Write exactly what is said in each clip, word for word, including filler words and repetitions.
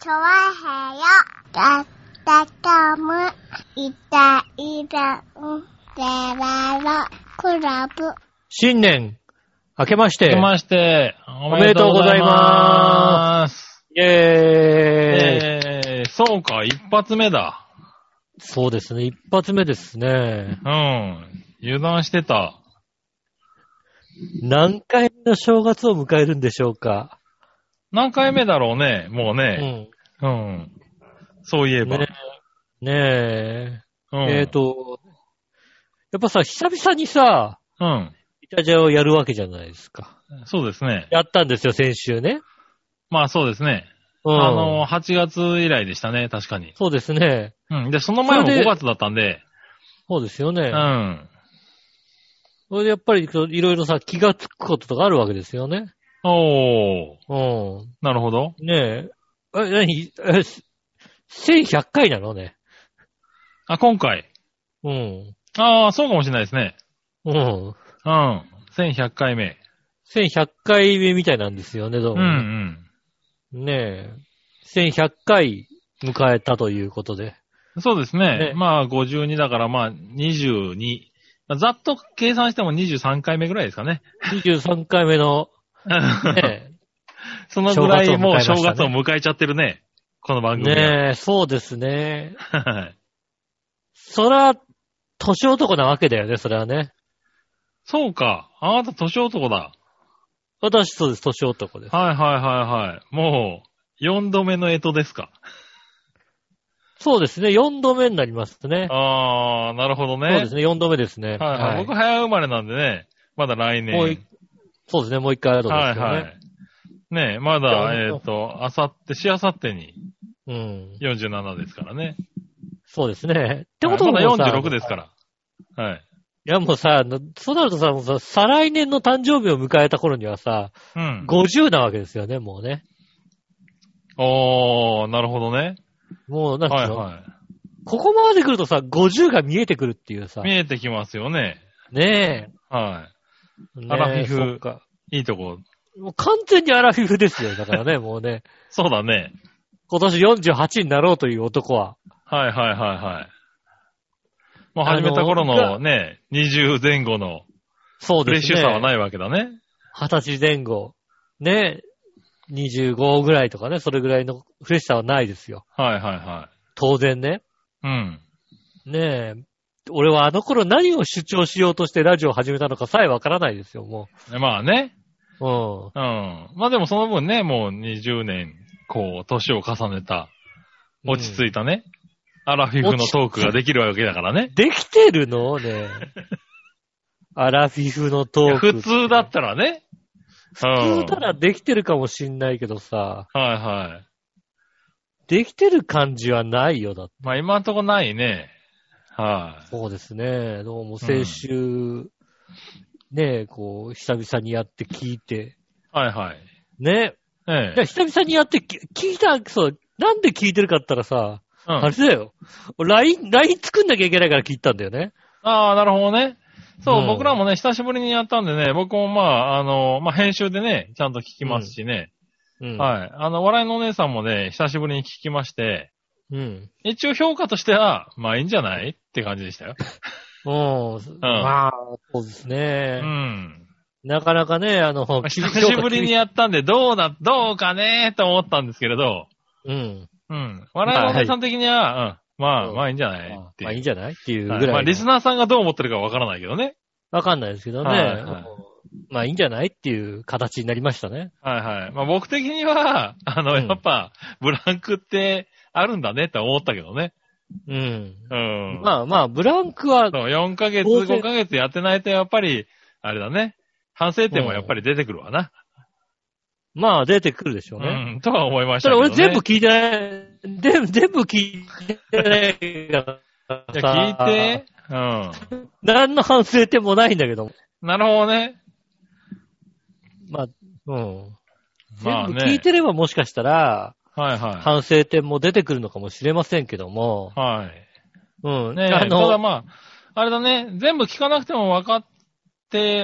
チョワヘヨだったかむいたいたんでららクラブ。 新年明けまして明けましておめでとうございます。イェーイ、 えー、そうか、一発目だ。 そうですね、一発目ですね。 うん。油断してた。 何回目の正月を迎えるんでしょうか。 何回目だろうね、もううね。 ん。 うん。そういえば。 ねえ。ねえ。 うん、 えっと、やっぱさ、久々にさ、 うん。 イタジャをやるわけじゃないですか。 そうですね。 やったんですよ、先週ね。 まあそうですね。 うん。 あの、はちがつ以来でしたね、確かに。 そうですね。 うん。で、その前もごがつだったんで。 そうですよね。 うん。 それでやっぱりいろいろさ、気がつくこととかあるわけですよね。 おー。 うん。 なるほど。 ねえ。え、なに、え、せんひゃっかいなのね。 あ、今回。 うん。 ああ、そうかもしれないですね。 うん。 うん。せんひゃっかいめ。 せんひゃっかいめみたいなんですよね、どううも、ね。 んうん。ねえ。せんひゃっかい迎えたということで。 そうですね。 ねまあ、ごじゅうにだからまあ、にじゅうに。ざっと計算してもにじゅうさんかいめぐらいですかね。 にじゅうさんかいめの、ねそのぐらいもう正月を迎えちゃってるね。この番組は。 ねえ、そうですね。 はい。 そら、年男なわけだよね、それはね。 そうか。あなた年男だ。 私そうです、年男です。 はいはいはいはい。もう、よんどめの干支ですか。 そうですね、よんどめになりますね。 あー、なるほどね。 そうですね、よんどめですね。 はいはい。 はい、 僕早生まれなんでね、まだ来年。 もういそうですね、もう一回後ですよね。 はいはい。ねえ、まだ、えっと、あさって、しあさってにうん。 よんじゅうななですからね。 そうですね。ってことはまだもうさ、 よんじゅうろくですから。はい。 いやもうさ、そうなるとさ、もうさ、再来年の誕生日を迎えた頃にはさ、 うん。 ごじゅうなわけですよね、もうね。 おー、なるほどね。 もう、なんていうの、 はいはい。 ここまで来るとさ、ごじゅうが見えてくるっていうさ。 見えてきますよね。 ねはえ。 い。 ねえアラフィフそっか。 いいとこ。 もう完全にアラフィフですよ。だからね、もうね。 そうだね。 今年よんじゅうはちになろうという男は。 はいはいはいはい。もう始めた頃のね、にじゅうぜん後のそうですね。 フレッシュさはないわけだね。 はたちぜん後。ねえ。にじゅうごぐらいとかね、それぐらいのフレッシュさはないですよ。 はいはいは当然ね。 い。うん。 ねえ。俺はあの頃何を主張しようとしてラジオを始めたのかさえわからないですよ、もまあね。 う。うん。 うん。まあでもその分ね、もうにじゅうねん、こう、年を重ねた、落ち着いたね、うん、アラフィフのトークができるわけだからね。 できてるのね。アラフィフのトーク。 普通だったらね。 普通ならできてるかもしんないけどさ。 はいはい。 できてる感じはないよ、だって。 まあ今んとこないね。はい、 そうですね。どうも先週、うん、ね、こう、久々にやって聞いて。 はいはい。 ね。ええ。久々にやって聞いた、そう、なんで聞いてるかって言ったらさ、うん、あれだよ。ライン、ライン 作んなきゃいけないから聞いたんだよね。 ああ、なるほどね。そう、 うん、 僕らもね、久しぶりにやったんでね、僕もまあ、あの、まあ編集でね、ちゃんと聞きますしね。うんうん、はい。あの、笑いのお姉さんもね、久しぶりに聞きまして、うん。一応評価としては、まあいいんじゃないって感じでしたよ。 うん。まあ、そうですね。うん。なかなかね、あの、 久しぶりにやったんで、どうだ、どうかねと思ったんですけれど、 うん。 うん。笑いのお姉さん的には、うん。まあ、まあいいんじゃないっていう。 まあいいんじゃないっていうぐらい。 まあリスナーさんがどう思ってるかわからないけどね。 わかんないですけどね。はいはい、まあいいんじゃないっていう形になりましたね。 はいはい。まあ僕的には、あの、うん、やっぱ、ブランクってあるんだねって思ったけどね。 うん。 うん。 まあまあ、ブランクは。 そう、よんかげつ、ごかげつやってないとやっぱり、あれだね。反省点もやっぱり出てくるわな。 うん、まあ出てくるでしょうね。 うん、とは思いましたけどね。 それ俺全部聞いてない。全全部聞いてないからさ。 いや、聞いて。うん。 何の反省点もないんだけど。 なるほどね。 まあ、うん。まあね、全部聞いてればもしかしたら、 はいはい。 反省点も出てくるのかもしれませんけども。 はい。 うん。 ねえ、あの、ただまあ、あれだね、全部聞かなくても分かって、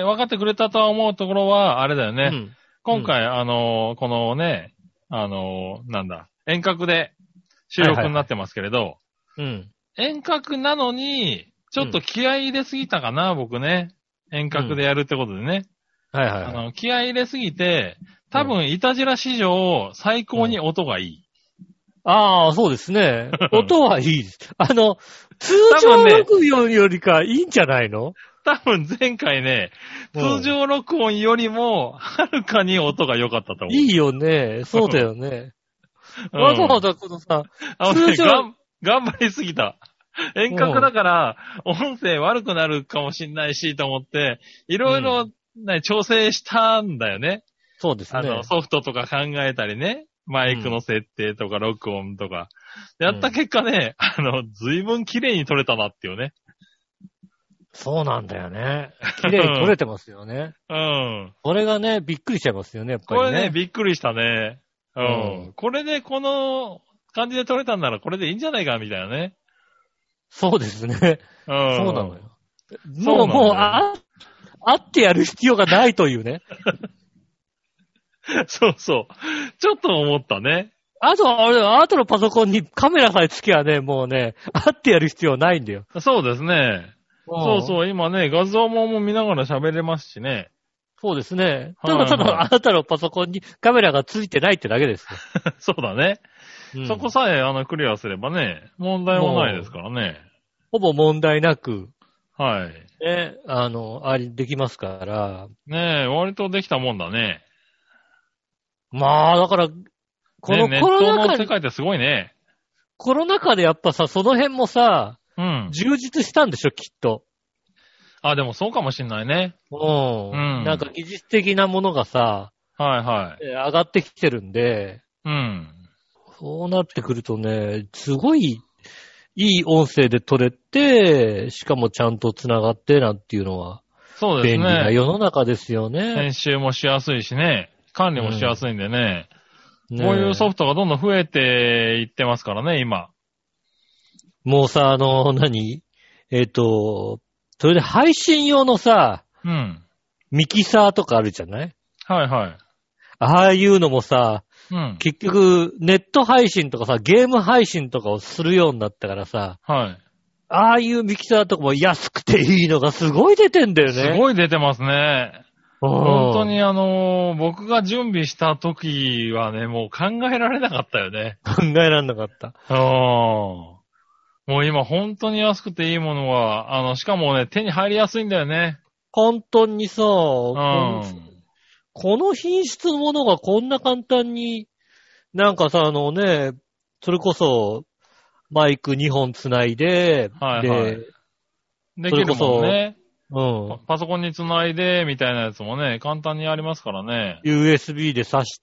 分かってくれたとは思うところは、あれだよね。うん、今回、うん、あの、このね、あの、なんだ、 遠隔で収録になってますけれど、はいはいはい、 うん。 遠隔なのに、ちょっと気合い入れすぎたかな、うん、僕ね。遠隔でやるってことでね。 うん、はいはい、はい。 あの、気合い入れすぎて、多分、イタジラ史上、最高に音がいい。 うん、ああ、そうですね。音はいいです。あの、通常録音よりかいいんじゃないの？ 多分前回ね、通常録音よりも、はるかに音が良かったと思う。 いいよね。そうだよね。うん、わざわざこのさ、 通常、ね、頑張りすぎた。遠隔だから、音声悪くなるかもしんないし、と思って、いろいろ調整したんだよね。 そうですね。 あの、ソフトとか考えたりね。マイクの設定とか、録音とか。うん、やった結果ね、あの、随分綺麗に撮れたなっていうね。 そうなんだよね。綺麗に撮れてますよね。 うん。 これがね、びっくりしちゃいますよね、やっぱりね。 これね、びっくりしたね。うん。うん、これでこの感じで撮れたんならこれでいいんじゃないか、みたいなね。 そうですね。うん。そうなのよ。もう、 そうもう、あ、あってやる必要がないというね。 そうそう。ちょっと思ったね。 あと、あれ、あとのパソコンにカメラさえつけばね、もうね、あってやる必要ないんだよ。 そうですね。そうそう、今ね、画像も見ながら喋れますしね。 そうですね。ただただ、あなたのパソコンにカメラがついてないってだけですよ。そうだね。うん、そこさえ、あの、クリアすればね、問題もないですからね。 ほぼ問題なく。 はい。 ね、あの、あり、できますから。 ねえ、割とできたもんだね。 まあ、だから、このコロナ禍、ね、ネットの世界ってすごいね。 コロナ禍でやっぱさ、その辺もさ、 うん。 充実したんでしょ、きっと。 あ、でもそうかもしんないね。 うん。うん。なんか技術的なものがさ、 はいはい。 上がってきてるんで、 うん。 そうなってくるとね、すごいいい音声で撮れて、しかもちゃんと繋がってなんていうのは、 そうですね。 便利な世の中ですよね。 編集もしやすいしね。管理もしやすいんでね。うん、こういうソフトがどんどん増えていってますからね、今。 もうさ、あの、何えっと、それで配信用のさ、 うん。 ミキサーとかあるじゃない？ はいはい。 ああいうのもさ、 うん、 結局、ネット配信とかさ、ゲーム配信とかをするようになったからさ、 はい。 ああいうミキサーとかも安くていいのがすごい出てんだよね。 すごい出てますね。本当にあのー、僕が準備した時はね、もう考えられなかったよね。 考えられなかった。 ああ。もう今本当に安くていいものは、あの、しかもね、手に入りやすいんだよね。 簡単にさ、 うん、 この品質のものがこんな簡単に、なんかさ、あのね、それこそ、マイクにほんつないで、 はいはい、で、できるもんね。うん。パソコンにつないで、みたいなやつもね、簡単にありますからね。 ユーエスビー で挿して、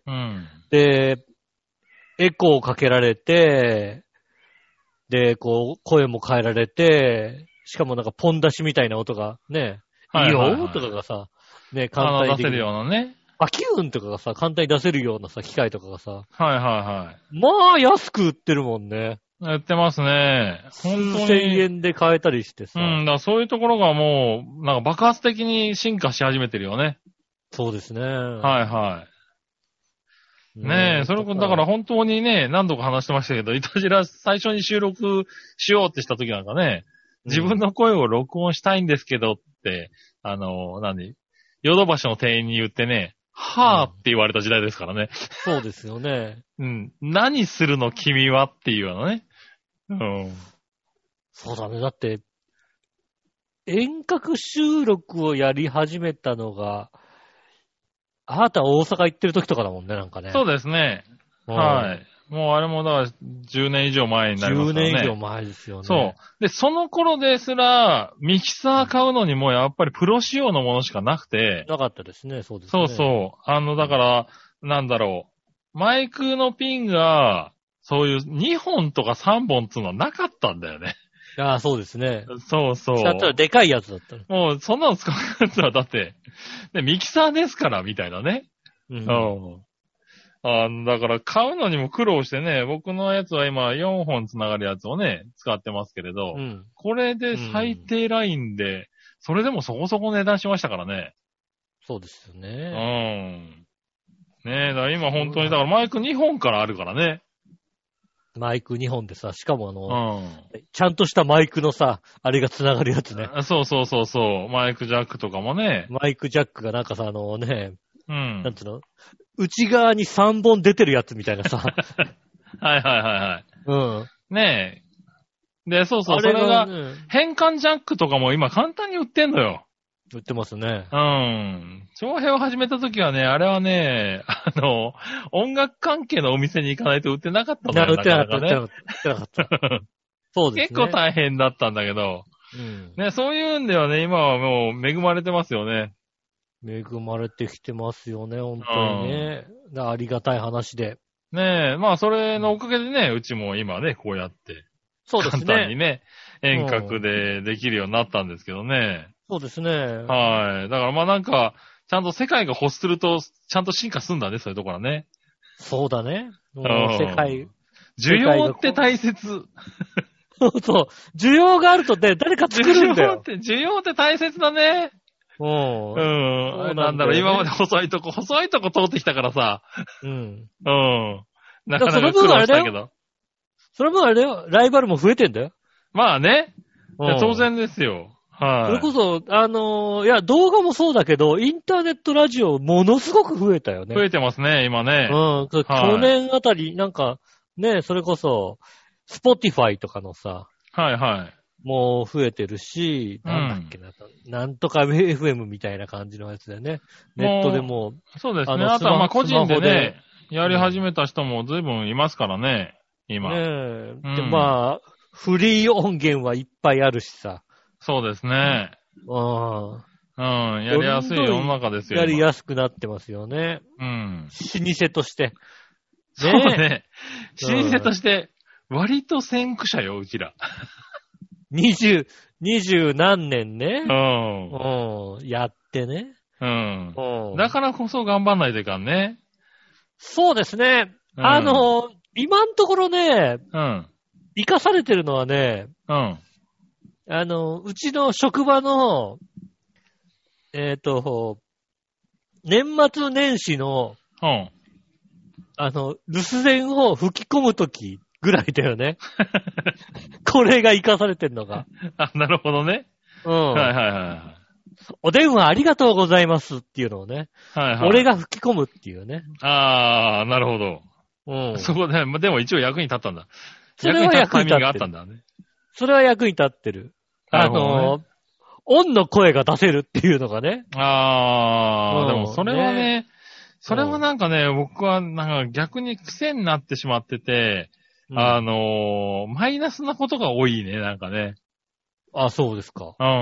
うん。 で、エコーかけられて、で、こう、声も変えられて、しかもなんかポン出しみたいな音がね、いいよとかがさ、ね、簡単に出せるようなね。 バキューンとかがさ、簡単に出せるようなさ、機械とかがさ。 はいはいはい。 まあ、安く売ってるもんね。 売ってますね。 本当に。数千円で買えたりしてさ。 うん、だからそういうところがもう、なんか爆発的に進化し始めてるよね。 そうですね。 はいはい。ねえ、それこそだから本当にね、何度か話してましたけど、いたじら最初に収録しようってした時なんかね、自分の声を録音したいんですけどって、うん、あの、何ヨドバシの店員に言ってね、はぁって言われた時代ですからね。 そうですよね。 うん。何するの君はっていうのね。うん。 そうだね。だって、遠隔収録をやり始めたのが、あなた大阪行ってる時とかだもんね、なんかね。 そうですね。はい。もうあれもだからじゅうねん以上前になりますからね。 じゅうねん以上前ですよね。 そう。で、その頃ですら、ミキサー買うのにもやっぱりプロ仕様のものしかなくて。 なかったですね、そうですね。 そうそう。あの、だから、なんだろう。マイクのピンが、そういうにほんとかさんぼんっていうのはなかったんだよね。 ああ、そうですね。 そうそう。 だったらでかいやつだった。 もう、そんなの使うやつはだって、でミキサーですから、みたいなね。 うん。 うんあだから買うのにも苦労してね、僕のやつは今よんほんつながるやつをね、使ってますけれど、 うん、 これで最低ラインで、うん、それでもそこそこ値段しましたからね。 そうですよね。 ねえ、だから今本当に、だからマイクにほんからあるからね。 マイクにほんでさ、しかもあの、 うん。 ちゃんとしたマイクのさ、あれが繋がるやつね。 そうそうそうそう。マイクジャックとかもね。 マイクジャックがなんかさ、あのね、 うん。 なんつうの、内側にさんぼん出てるやつみたいなさ。 はいはいはいはい。 うん。 ねえ。で、そうそう、それが、変換ジャックとかも今簡単に売ってんのよ。 売ってますね。 うん。長平を始めた時はね、あれはね、あの、音楽関係のお店に行かないと売ってなかったんだよ。 売ってなかった、売ってなかった。そうですね。 結構大変だったんだけど、うん、ね、そういうんではね、今はもう恵まれてますよね。 恵まれてきてますよね、本当にね。うん、ありがたい話で。 ねえ、まあそれのおかげでね、うちも今ね、こうやって、 そうですね。 簡単にね、遠隔でできるようになったんですけどね。 そうですね。 はい。だからまあなんか、ちゃんと世界が欲すると、ちゃんと進化するんだね、そういうところはね。 そうだね。世界。 需要って大切。 そうそう。需要があるとね、誰か作るんだよ。 需要って、需要って大切だね。 うん。 うん。なんだろう、今まで細いとこ、細いとこ通ってきたからさ。 うん。 うん。なかなか苦労したけど。 それもあれだよ。ライバルも増えてんだよ。 まあね。当然ですよ。はい。 それこそ、あのー、いや、動画もそうだけど、インターネットラジオものすごく増えたよね。 増えてますね、今ね。 うん。はい、去年あたり、なんか、ね、それこそ、スポティファイとかのさ。 はいはい。 もう増えてるし、なんだっけな、うん、なんとか エフエム みたいな感じのやつだよね。ネットでも。 そうですね。あ, あとはまあ個人でね、やり始めた人も随分いますからね、今。 ねえ。うん、で、まあ、フリー音源はいっぱいあるしさ。 そうですね。 うん。うん。 やりやすい世の中ですよ。 やりやすくなってますよね。 うん。 老舗として。ね、 そうね。老舗として、割と先駆者よ、うちら。 二十、二十何年ね。 うん。 うん。やってね。 うん。うん。だからこそ頑張んないといかんね。 そうですね。うん、あの、今のところね、 うん。 生かされてるのはね、 うん。 あの、うちの職場の、えっと、年末年始の、 うん。 あの、留守電を吹き込むときぐらいだよね。これが生かされてるのが。 あ、なるほどね。 うん。 はいはいはい。 お電話ありがとうございますっていうのをね。 はいはい。 俺が吹き込むっていうね。 あー、なるほど。 うん。 そこで、でも一応役に立ったんだ。 それは役に立ってる。 役に立つタイミングがあったんだね。 それは役に立ってる。あの、ね、オンの声が出せるっていうのがね。 あー、うん、でもそれはね、ねそれはなんかね、僕はなんか逆に癖になってしまってて、うん、あのー、マイナスなことが多いね、なんかね。 あ、そうですか。 うん。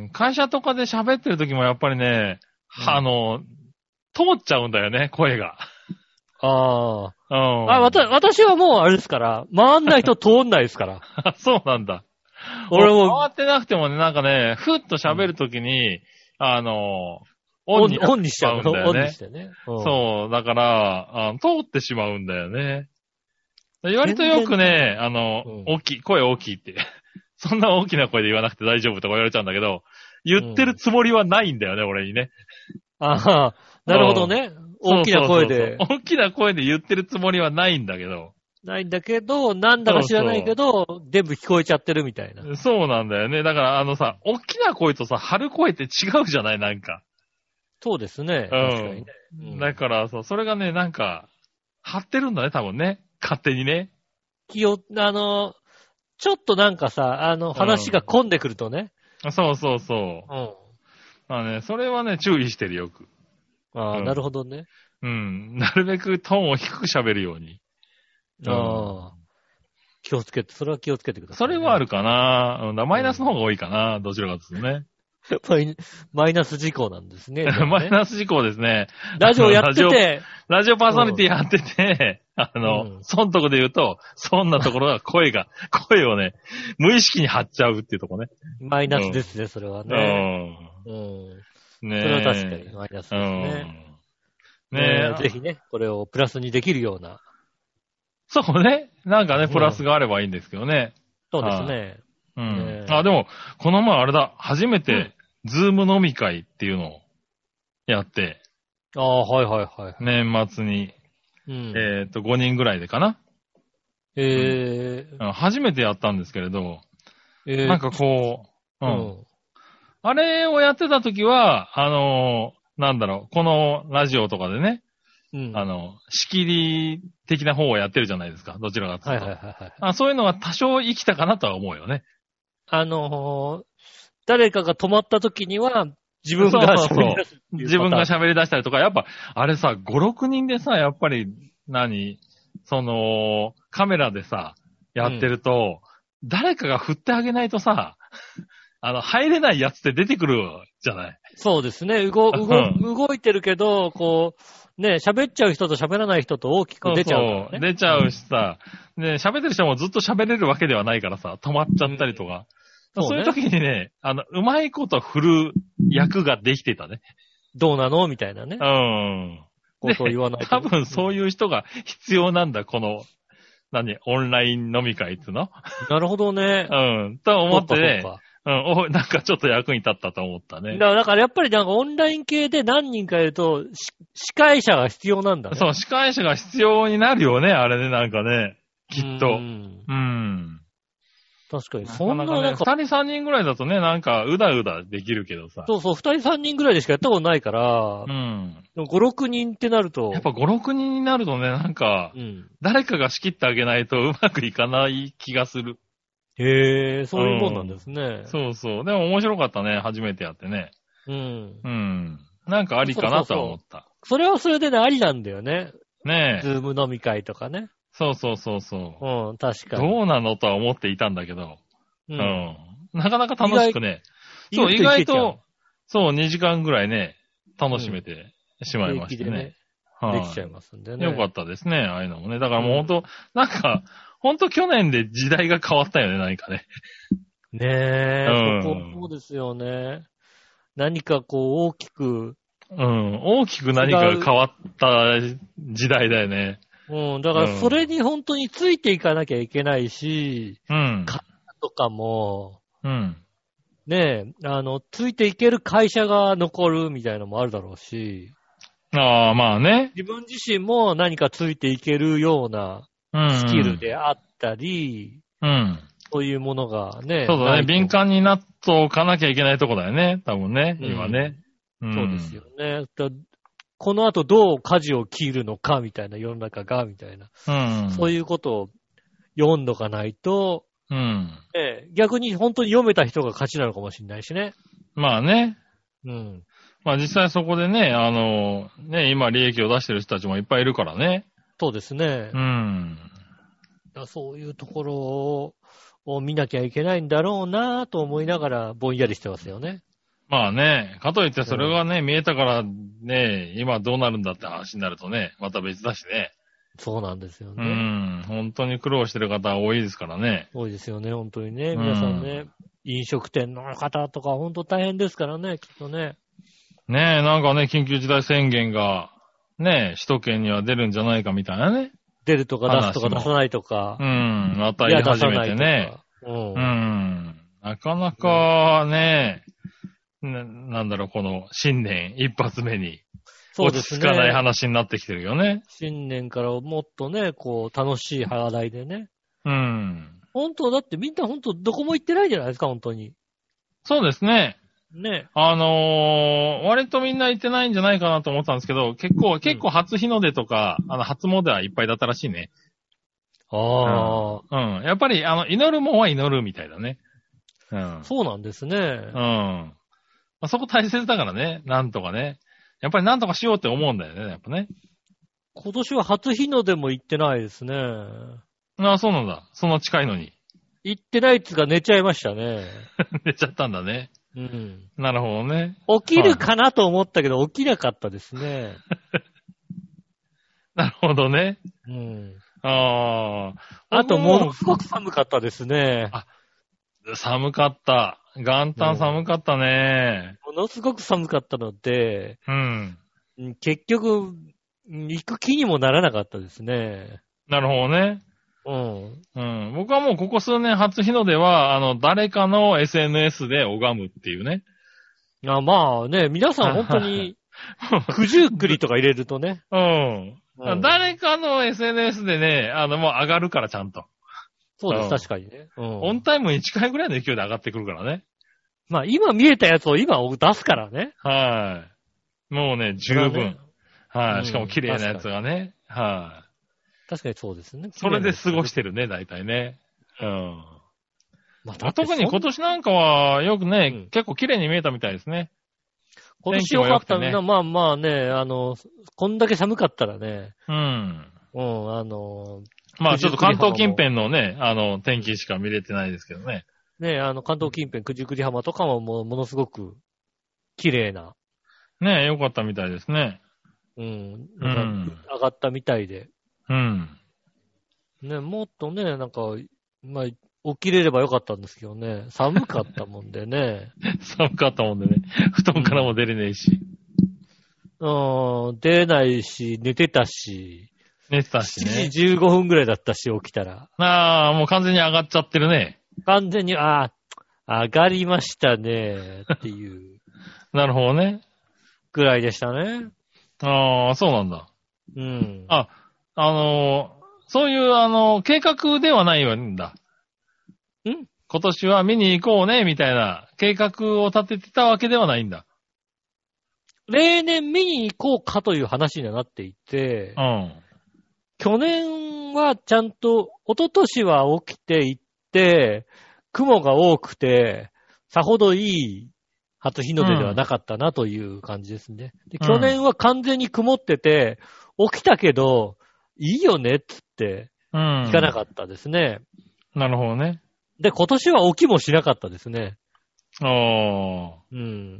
会社とかで喋ってる時もやっぱりね、うん、あの、通っちゃうんだよね、声が。 ああ。 うん。 あ、わた、私はもうあれですから、回んないと通んないですから。 そうなんだ。 俺も。 回ってなくてもね、なんかね、ふっと喋るときに、うん、あの、 オンに、オンにしちゃうんだよね。オンにしてね。 うん、そう、だからあ、通ってしまうんだよね。割とよくね、あの、うん、大きい、声大きいって。そんな大きな声で言わなくて大丈夫とか言われちゃうんだけど、言ってるつもりはないんだよね、うん、俺にね。 ああ、なるほどね。大きな声で。 そうそうそうそう。大きな声で言ってるつもりはないんだけど。 ないんだけど、なんだか知らないけど、そうそう全部聞こえちゃってるみたいな。 そうなんだよね。だからあのさ、大きな声とさ、張る声って違うじゃないなんか。 そうですね。 うん。確かにね。うん、だからさ、それがね、なんか、張ってるんだね、多分ね。勝手にね。 気を、あの、ちょっとなんかさ、あの、話が混んでくるとね。 うん、そうそうそう。うん。まあね、それはね、注意してるよく。 ああ、うん、なるほどね。 うん。なるべくトーンを低く喋るように。 ああ、うん。気をつけて、それは気をつけてください、ね。 それはあるかな。うん、マイナスの方が多いかな。うん、どちらかというとね。 マイナス事項なんですね。ねマイナス事項ですね。 ラジオやってて。 ラジオパーソナリティやってて、うん、あの、うん、そんとこで言うと、そんなところが声が、声をね、無意識に張っちゃうっていうとこね。 マイナスですね、うん、それはね。うん。うん。ねえ。それは確かにマイナスですね。うん、ねえ。ぜひね、これをプラスにできるような。 そうね。なんかね、プラスがあればいいんですけどね。 うん、そうですね。 うん。あ、でも、この前あれだ、初めて、ズーム飲み会っていうのをやって。 ああ、はいはいはい。 年末に。うん、えっと、ごにんぐらいでかな。 えーうん、初めてやったんですけれど、えー、なんかこう、うん、うん。あれをやってた時は、あのー、なんだろう、このラジオとかでね、うん、あの、仕切り的な方をやってるじゃないですか。どちらかというと。はいはいはいはい。あ、そういうのは多少生きたかなとは思うよね。 あのー、誰かが止まった時には、自分が喋り出す。 自分が喋り出したりとか、やっぱ、あれさ、ご、ろくにんでさ、やっぱり、何その、カメラでさ、やってると、うん、誰かが振ってあげないとさ、あの、入れないやつって出てくるじゃない。 そうですね。動、動、動いてるけど、こう、ね、喋っちゃう人と喋らない人と大きく出ちゃう、ね。 そうそう、出ちゃうしさ、ね、喋ってる人もずっと喋れるわけではないからさ、止まっちゃったりとか。うん、そういう時にね、あの、うまいこと振る役ができてたね。 どうなのみたいなね。 うん。 ことを言わないと。 多分そういう人が必要なんだ、この、何、オンライン飲み会っていうの？ なるほどね。 うん。と思ってね。そうかそうか。うん、お、なんかちょっと役に立ったと思ったね。 だから、だからやっぱりなんかオンライン系で何人かいると、司会者が必要なんだね。 そう、司会者が必要になるよね、あれね、なんかね。きっと。うん。うん。 確かに、そんななんか、ね、 二人三人ぐらいだとね、なんか、うだうだできるけどさ。 そうそう、二人三人ぐらいでしかやったことないから、うん。でも五六人ってなると。 やっぱ五六人になるとね、なんか、うん、誰かが仕切ってあげないとうまくいかない気がする。 へえ、そういうもんなんですね、 うん。そうそう。でも面白かったね、初めてやってね。うん。うん。なんかありかなとは思った。そうそうそう。 それはそれでね、ありなんだよね。 ねえ。ズーム飲み会とかね。 そうそうそうそう。 うん、確かに。 どうなのとは思っていたんだけど。うん。うん、なかなか楽しくね。そう、意外と、そう、にじかんぐらいね、楽しめてしまいましたね。ねはい、できちゃいますんでね。 よかったですね、ああいうのもね。だからもうほんと、うん、なんか、ほんと去年で時代が変わったよね、何かね。 ねえ、うん、そこ、そうですよね。何かこう大きく。 うん、大きく何かが変わった時代だよね。 うん、だからそれに本当についていかなきゃいけないし、うん。会社とかも、うん。ねえ、あの、ついていける会社が残るみたいなのもあるだろうし。 ああ、まあね。 自分自身も何かついていけるようなスキルであったり、うん、うん。そういうものがね。 そうだね。敏感になっとかなきゃいけないとこだよね。多分ね。今ね。 うん、そうですよね。この後どう舵を切るのかみたいな、世の中が、みたいな。うん、そういうことを読んどかないと、うん、ね、逆に本当に読めた人が勝ちなのかもしれないしね。 まあね。うん。まあ実際そこでね、あの、ね、今利益を出してる人たちもいっぱいいるからね。 そうですね。うん。そういうところを、を見なきゃいけないんだろうなぁと思いながらぼんやりしてますよね。 まあね、かといってそれがね、うん、見えたからね、今どうなるんだって話になるとね、また別だしね。 そうなんですよね。 うん、本当に苦労してる方多いですからね。 多いですよね、本当にね。皆さんね、うん、飲食店の方とか本当大変ですからね、きっとね。 ねえ、なんかね、緊急事態宣言が、ね、首都圏には出るんじゃないかみたいなね。 出るとか出すとか出さないとか。 うん、また言い始めてね。うん、うん。なかなかね、な, なんだろう、この新年一発目に落ち着かない話になってきてるよね。 新年からもっとね、こう、楽しい話題でね。うん。本当だってみんな本当どこも行ってないじゃないですか、本当に。 そうですね。 ね。 あのー、割とみんな行ってないんじゃないかなと思ったんですけど、結構、結構初日の出とか、あの、初詣はいっぱいだったらしいね。 ああ、 うん。うん。やっぱり、あの、祈るもんは祈るみたいだね。 うん。そうなんですね。うん。 まあ、そこ大切だからね。なんとかね。やっぱりなんとかしようって思うんだよね、やっぱね。 今年は初日の出も行ってないですね。 ああ、そうなんだ。そんな近いのに。 行ってないっつうか寝ちゃいましたね。 寝ちゃったんだね。うん。なるほどね。 起きるかなと思ったけど、起きなかったですね。 なるほどね。 うん。 ああ。あと、ものすごく寒かったですね。 あ、寒かった。元旦寒かったね、 うん。ものすごく寒かったので、うん。結局、行く気にもならなかったですね。 なるほどね。うん。うん。僕はもうここ数年初日の出は、あの、誰かの エスエヌエス で拝むっていうね。 あ、まあね、皆さん本当に九十九里とか入れるとね。 うん。うん、誰かの エスエヌエス でね、あの、もう上がるからちゃんと。 そうです、うん、確かにね。 うん。オンタイムに近いぐらいの勢いで上がってくるからね。 まあ、今見えたやつを今出すからね。 はい。もうね、十分。ね、はい、しかも綺麗なやつがね。はい。 確かにそうですね。 それで過ごしてるね、大体ね。うん。まあ、特に今年なんかはよくね、うん、結構綺麗に見えたみたいですね。 今年良かったね。まあまあね、あの、こんだけ寒かったらね。 うん。 うん、あの、 まあちょっと関東近辺のね、あの、天気しか見れてないですけどね。 ね、あの、関東近辺、九十九里浜とかももうものすごく綺麗な。 ねえ、良かったみたいですね。 うん。うん、上がったみたいで。 うん。 ね、もっとね、なんか、まあ、起きれればよかったんですけどね。寒かったもんでね。 寒かったもんでね。布団からも出れねえし。 うん、うん、出ないし、寝てたし。 寝てたしね。 しちじじゅうごふんぐらいだったし、起きたら。 ああ、もう完全に上がっちゃってるね。 完全に、ああ、上がりましたね、っていう。 なるほどね。 ぐらいでしたね。 ああ、そうなんだ。 うん。 あ、あのー、そういう、あのー、計画ではないんだ。 ん？ 今年は見に行こうね、みたいな計画を立ててたわけではないんだ。 例年見に行こうかという話にはなっていて、 うん。 去年はちゃんと、一昨年は起きて行って、雲が多くて、さほどいい初日の出ではなかったなという感じですね。で、去年は完全に曇ってて、起きたけど、いいよねっつって、行かなかったですね、 うん。なるほどね。 で、今年は起きもしなかったですね。 ああ。 うん。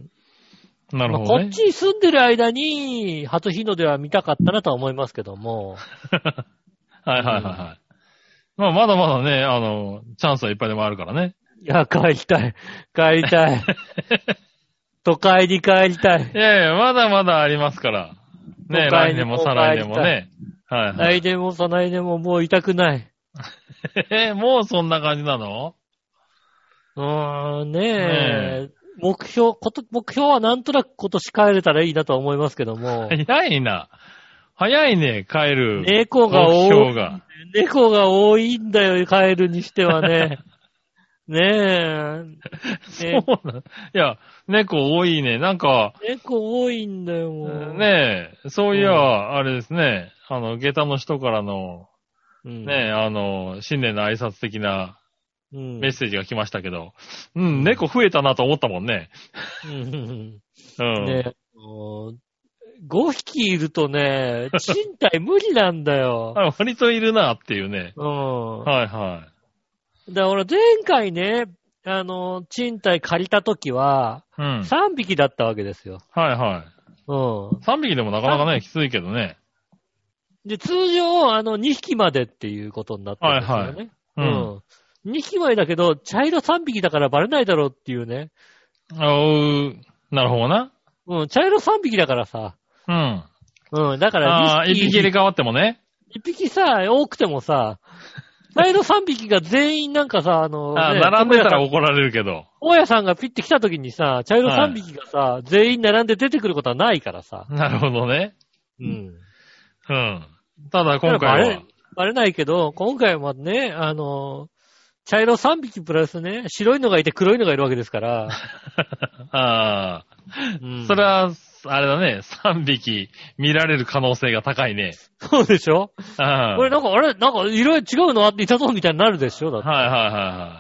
なるほどね。 まあ、こっちに住んでる間に、初日の出は見たかったなとは思いますけども。 はいはいはいはい。うん、まあ、まだまだね、あの、チャンスはいっぱいでもあるからね。 いや、帰りたい。帰りたい。都会に帰りたい。 いやいや、まだまだありますから。ね、来年も再来年もね。はいはい。 来年も再来年ももういたくない。 え、もうそんな感じなの？ うーん、ねえ。ねえ目標、こと、目標はなんとなく今年帰れたらいいなとは思いますけども。 早いな。早いね、帰る。 猫が多い。目標が。猫が多いんだよ、帰るにしてはね。ねえ。 そうな。いや、猫多いね。なんか。 猫多いんだよ、もう。 ねえ、そういや、うん、あれですね。あの、下駄の人からの、うん、ねえ、あの、新年の挨拶的な、うん、メッセージが来ましたけど、うん、うん、猫増えたなと思ったもんね。 うん。うん。ねえ、ごひきいるとね、賃貸無理なんだよ。 割といるなっていうね。 うん。 はいはい。 だから俺前回ね、あの、賃貸借りた時は、うん、さんびきだったわけですよ。 はいはい。うん。さんびきでもなかなかね、きついけどね。 で、通常、あの、にひきまでっていうことになってるんですよね。はいはい。うん。うん、にひきまでだけど、茶色さんびきだからバレないだろうっていうね。 あう、なるほどな。 うん、茶色さんびきだからさ。 うん。 うん、だからああ、いっぴき入れ替わってもね。 いっぴきさ、多くてもさ、茶色さんびきが全員なんかさ、あの、 ああ、ね、並んでたら怒られるけど。 大家さんがピッて来た時にさ、茶色さんびきがさ、はい、全員並んで出てくることはないからさ。 なるほどね。 うん。 うん。ただ今回は。バレ、 バレないけど、今回はね、あの、茶色さんびきプラスね、白いのがいて黒いのがいるわけですから。 ああ、うん。それは、あれだね、さんびき見られる可能性が高いね。 そうでしょ？ ああ。 これなんか、あれなんか色々違うのあっていたぞみたいになるでしょだって。 はいはいはいはい。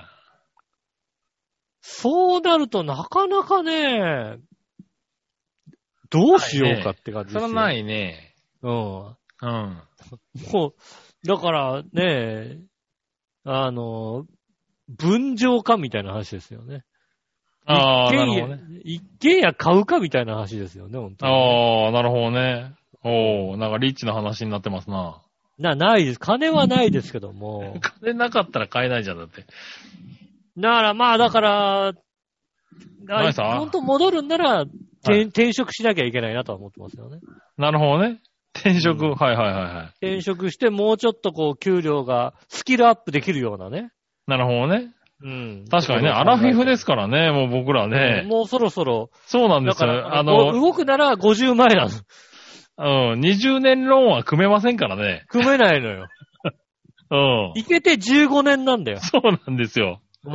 そうなるとなかなかね、どうしようかって感じですよ。 それはないね。 うん。 うん。 もう、だからね、あの、分譲かみたいな話ですよね。 ああ、なるほどね。 一軒家買うかみたいな話ですよね、本当に。 ああ、なるほどね。おー、なんかリッチな話になってますな。 な、ないです。金はないですけども。 金なかったら買えないじゃん、だって。 だからまあ、だから、本当戻るんなら、はい、転職しなきゃいけないなとは思ってますよね。 なるほどね。転職、うん、はいはいはいはい。 転職してもうちょっとこう、給料がスキルアップできるようなね。 なるほどね。 うん。確かにね、アラフィフですからね、もう僕らね。 もうそろそろ。 そうなんですよ。あの、 動くならごじゅうまえなの。うん、にじゅうねんローンは組めませんからね。 組めないのよ。うん。いけてじゅうごねんなんだよ。 そうなんですよ。うん。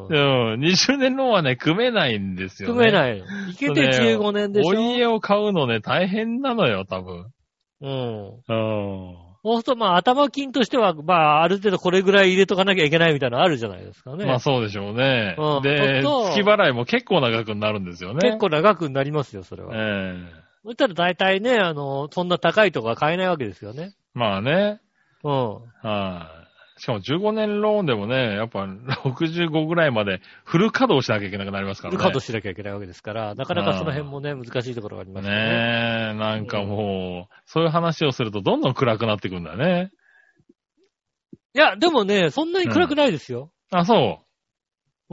うん。にじゅうねんローンはね、組めないんですよね。 組めないの。いけてじゅうごねんでしょ。 お家を買うのね、大変なのよ、多分。 うん。うん。そうすると、まあ、頭金としては、まあ、ある程度これぐらい入れとかなきゃいけないみたいなのあるじゃないですかね。 まあ、そうでしょうね。うん、で、月払いも結構な額になるんですよね。 結構な額になりますよ、それは。ええー。そしたら大体ね、あの、そんな高いとこは買えないわけですよね。 まあね。うん。はい、 あ、 しかもじゅうごねんローンでもね、やっぱろくじゅうごぐらいまでフル稼働しなきゃいけなくなりますからね。 フル稼働しなきゃいけないわけですから、なかなかその辺もね、難しいところがありますね。 ねえ、なんかもう、うん、そういう話をするとどんどん暗くなってくるんだよね。 いや、でもね、そんなに暗くないですよ。 うん、あ、そう。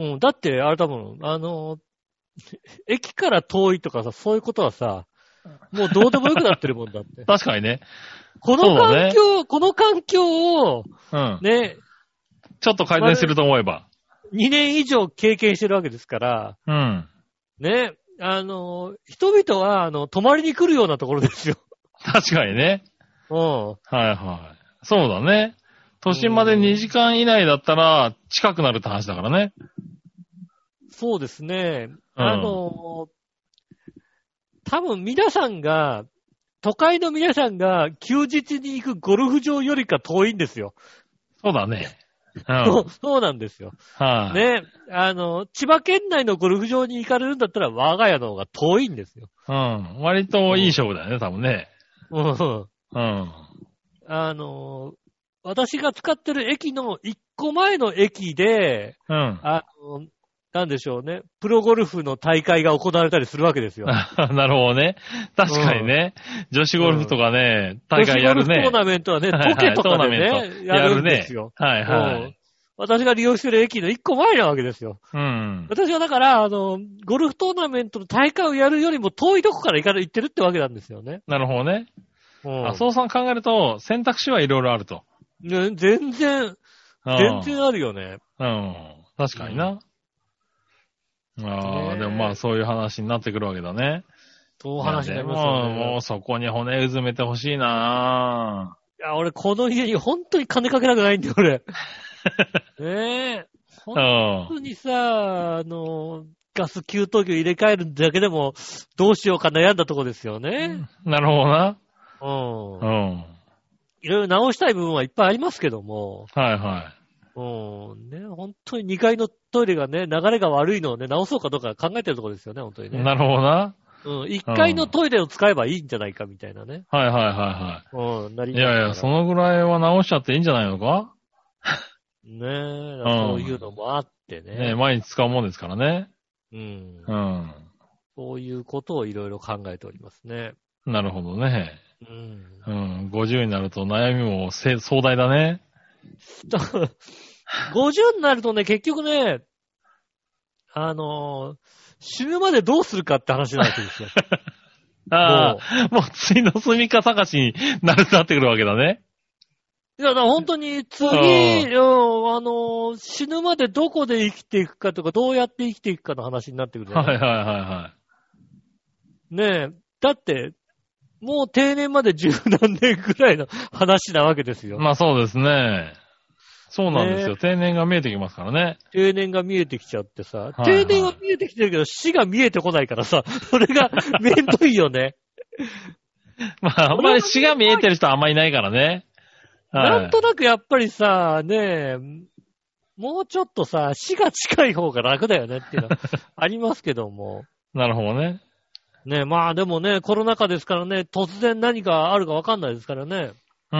うん、だって、あれ多分、あの、駅から遠いとかさ、そういうことはさ、もうどうでもよくなってるもんだって。 確かにね。 この環境、ね、この環境を、 うん、 ね、 ちょっと改善すると思えば。 にねん以上経験してるわけですから、 うん。 ね、あの、人々は、あの、泊まりに来るようなところですよ。 確かにね。 うん。 はいはい。そうだね。都心までにじかん以内だったら、近くなるって話だからね。 そうですね。うん、あの、多分皆さんが、都会の皆さんが休日に行くゴルフ場よりか遠いんですよ。 そうだね。 うん、そうそうなんですよ。 はい、 ね。あの、千葉県内のゴルフ場に行かれるんだったら我が家の方が遠いんですよ。 うん。割といい勝負だよね、うん、多分ね。 うん。 うん。 あの、私が使ってる駅の一個前の駅で、 うん。 あの、なんでしょうね。プロゴルフの大会が行われたりするわけですよ。 なるほどね。確かにね。うん、女子ゴルフとかね、うん、大会やるね。 女子ゴルフトーナメントはね、トケとかでね、やるんですよ。 はいはい。 私が利用してる駅の一個前なわけですよ。 うん。 私はだから、あの、ゴルフトーナメントの大会をやるよりも遠いとこから行かれ、行ってるってわけなんですよね。 なるほどね。うん、あ、そうさん考えると、選択肢はいろいろあると。 ね、全然、全然あるよね。 うん。確かにな。うん、ああ、でもまあそういう話になってくるわけだね。 そういう話になりますよね。 もう、もうそこに骨うずめてほしいなぁ。 いや、俺この家に本当に金かけたくないんだよ、俺。ねえ。本当にさ、あの、ガス給湯器を入れ替えるだけでも、どうしようか悩んだとこですよね。 うん、なるほどな。 うん。 うん。 いろいろ直したい部分はいっぱいありますけども。 はいはい。 うん。ね、本当ににかいのトイレがね、流れが悪いのをね、直そうかどうか考えてるところですよね、本当にね。 なるほどな。 うん。いっかいのトイレを使えばいいんじゃないかみたいなね。 はいはいはいはい。 うん、なります。いやいや、そのぐらいは直しちゃっていいんじゃないのかねえ、そういうのもあってね。 ねえ、毎日使うもんですからね。 うん。 うん。 そういうことをいろいろ考えておりますね。 なるほどね。 うん。 うん。ごじゅうになると悩みも壮大だね。 ごじゅうになるとね、結局ね、あのー、死ぬまでどうするかって話になってるんですよ。 ああ、もう次の住みか探しになるとなってくるわけだね。 いや、だから本当に次、うん、あのー、死ぬまでどこで生きていくかとか、どうやって生きていくかの話になってくるじゃない。 はいはいはいはい。 ねえ、だって、もう定年まで十何年くらいの話なわけですよ。 まあそうですね。そうなんですよ。ね、定年が見えてきますからね。 定年が見えてきちゃってさ、はいはい、定年は見えてきてるけど死が見えてこないからさ、それがめんどいよね。 まあ、あんまり死が見えてる人はあんまりいないからね。 はい、なんとなくやっぱりさ、ねえ、もうちょっとさ、死が近い方が楽だよねっていうのはありますけども。 なるほどね。 ねえ、まあでもね、コロナ禍ですからね、突然何かあるかわかんないですからね。 うん。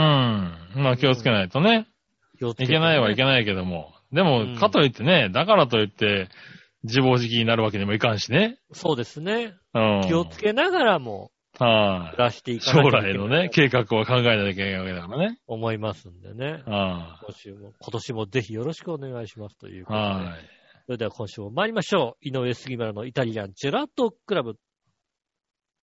まあ気をつけないとね。気をつけてね、いけないはいけないけども。でも、うん、かといってね、だからといって、自暴自棄になるわけにもいかんしね。 そうですね。 うん。 気をつけながらも、 はい、 出していかなきゃいけない。 将来のね、計画は考えなきゃいけないわけだからね。 思いますんでね。 あ今週も、今年もぜひよろしくお願いしますということで。 はい。 それでは今週も参りましょう。井上杉村のイタリアンジェラートクラブ。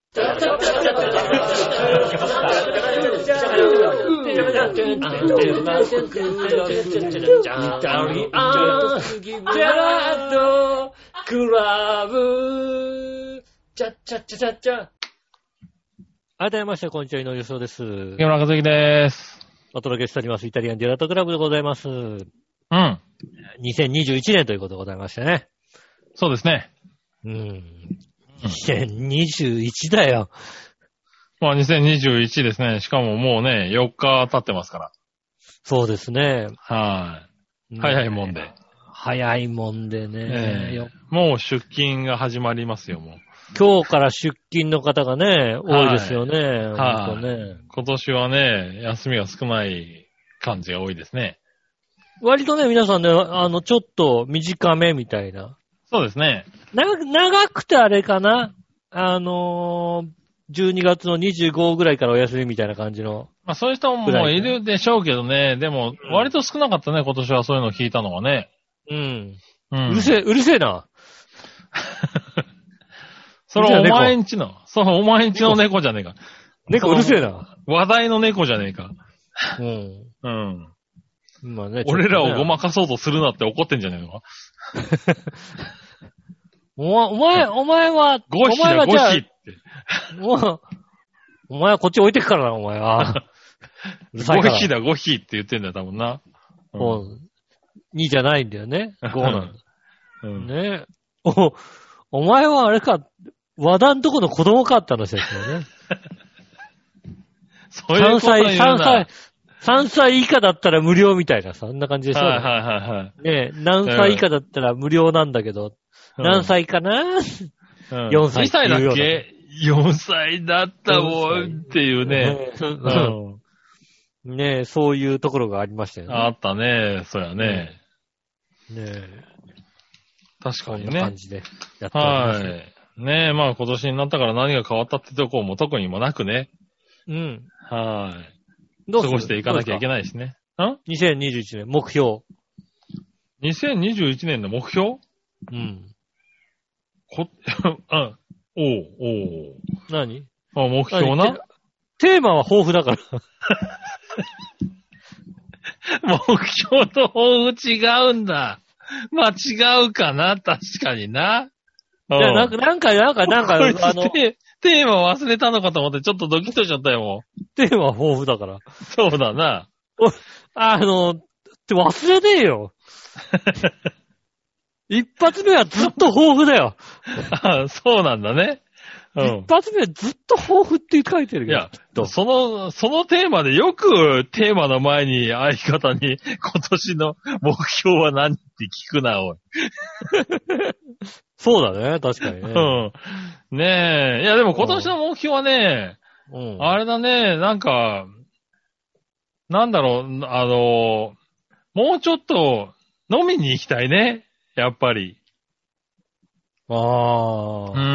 改めまして、こんにちは、井上芳雄です。 木村和之です。 お届けしております、イタリアンジェラートクラブでございます。うん。 にせんにじゅういちねんということでございましてね。 そうですね。 うん。にせんにじゅういちだよ。 まあにせんにじゅういちですね。しかももうね、よっか経ってますから。 そうですね。 はい。早いもんで。 早いもんでね、 えー。もう出勤が始まりますよ、もう。 今日から出勤の方がね、多いですよね。 はい。 ね、 今年はね、休みが少ない感じが多いですね。 割とね、皆さんね、あの、ちょっと短めみたいな。 そうですね。 長く、長くてあれかな。あのー、じゅうにがつのにじゅうごぐらいからお休みみたいな感じの。 まあそういう人もいるでしょうけどね。でも、割と少なかったね、今年はそういうのを聞いたのがね。 うん。うん、うるせえ、うるせえな。 それお前んちの、そのお前んちの猫じゃねえか。 猫うるせえな。 話題の猫じゃねえか。 うん。 うん。 まあね、 俺らをごまかそうとするなって怒ってんじゃねえのか。 お前、お前は、 ゴヒだ、ゴヒって。 もう、お前はこっち置いてくからな、お前は。 ゴヒだ、ゴヒって言ってんだよ、多分な。 うん。にじゃないんだよね。ごなんだ。 うん、 ねお、お前はあれか、和田んとこの子供かって話ですよね。 そういうこと言うな。さんさい、 さんさい以下だったら無料みたいな、そんな感じでしょ。 はいはいはいはい。 ねえ、何歳以下だったら無料なんだけど、うん、何歳かな、うん、よんさい。 にさいだっけ ?よん 歳だったもんっていうね。 うん、ねえ、そういうところがありましたよね。 あったね、そりゃね。 うん、ねえ。 確かにね。 こんな感じでやってます。 はい。ねえ、まあ今年になったから何が変わったってとこも特にもなくね。 うん。 はい。どう過ごしていかなきゃいけないですね。 ん ?にせんにじゅういちねん、目標。 にせんにじゅういちねんの目標うん。 こ、あ、おう、おう。 何あ、目標な。 テーマは豊富だから。 目標と抱負違うんだ。まあ違うかな、確かにな。 いや、なんか、なんか、なんか、なんか、 あの、テーマ忘れたのかと思ってちょっとドキッとしちゃったよ、もう。テーマは豊富だから。 そうだな。 あの、って忘れねえよ。一発目はずっと豊富だよ。 あ、そうなんだね。 うん、一発目はずっと豊富って書いてるけど。 いや、その、そのテーマでよくテーマの前に相方に今年の目標は何って聞くな、おい。 そうだね、確かにね。 うん。ねえ。いや、でも今年の目標はね、うん、あれだね、なんか、なんだろう、あの、もうちょっと飲みに行きたいね、やっぱり。 ああ。 うん。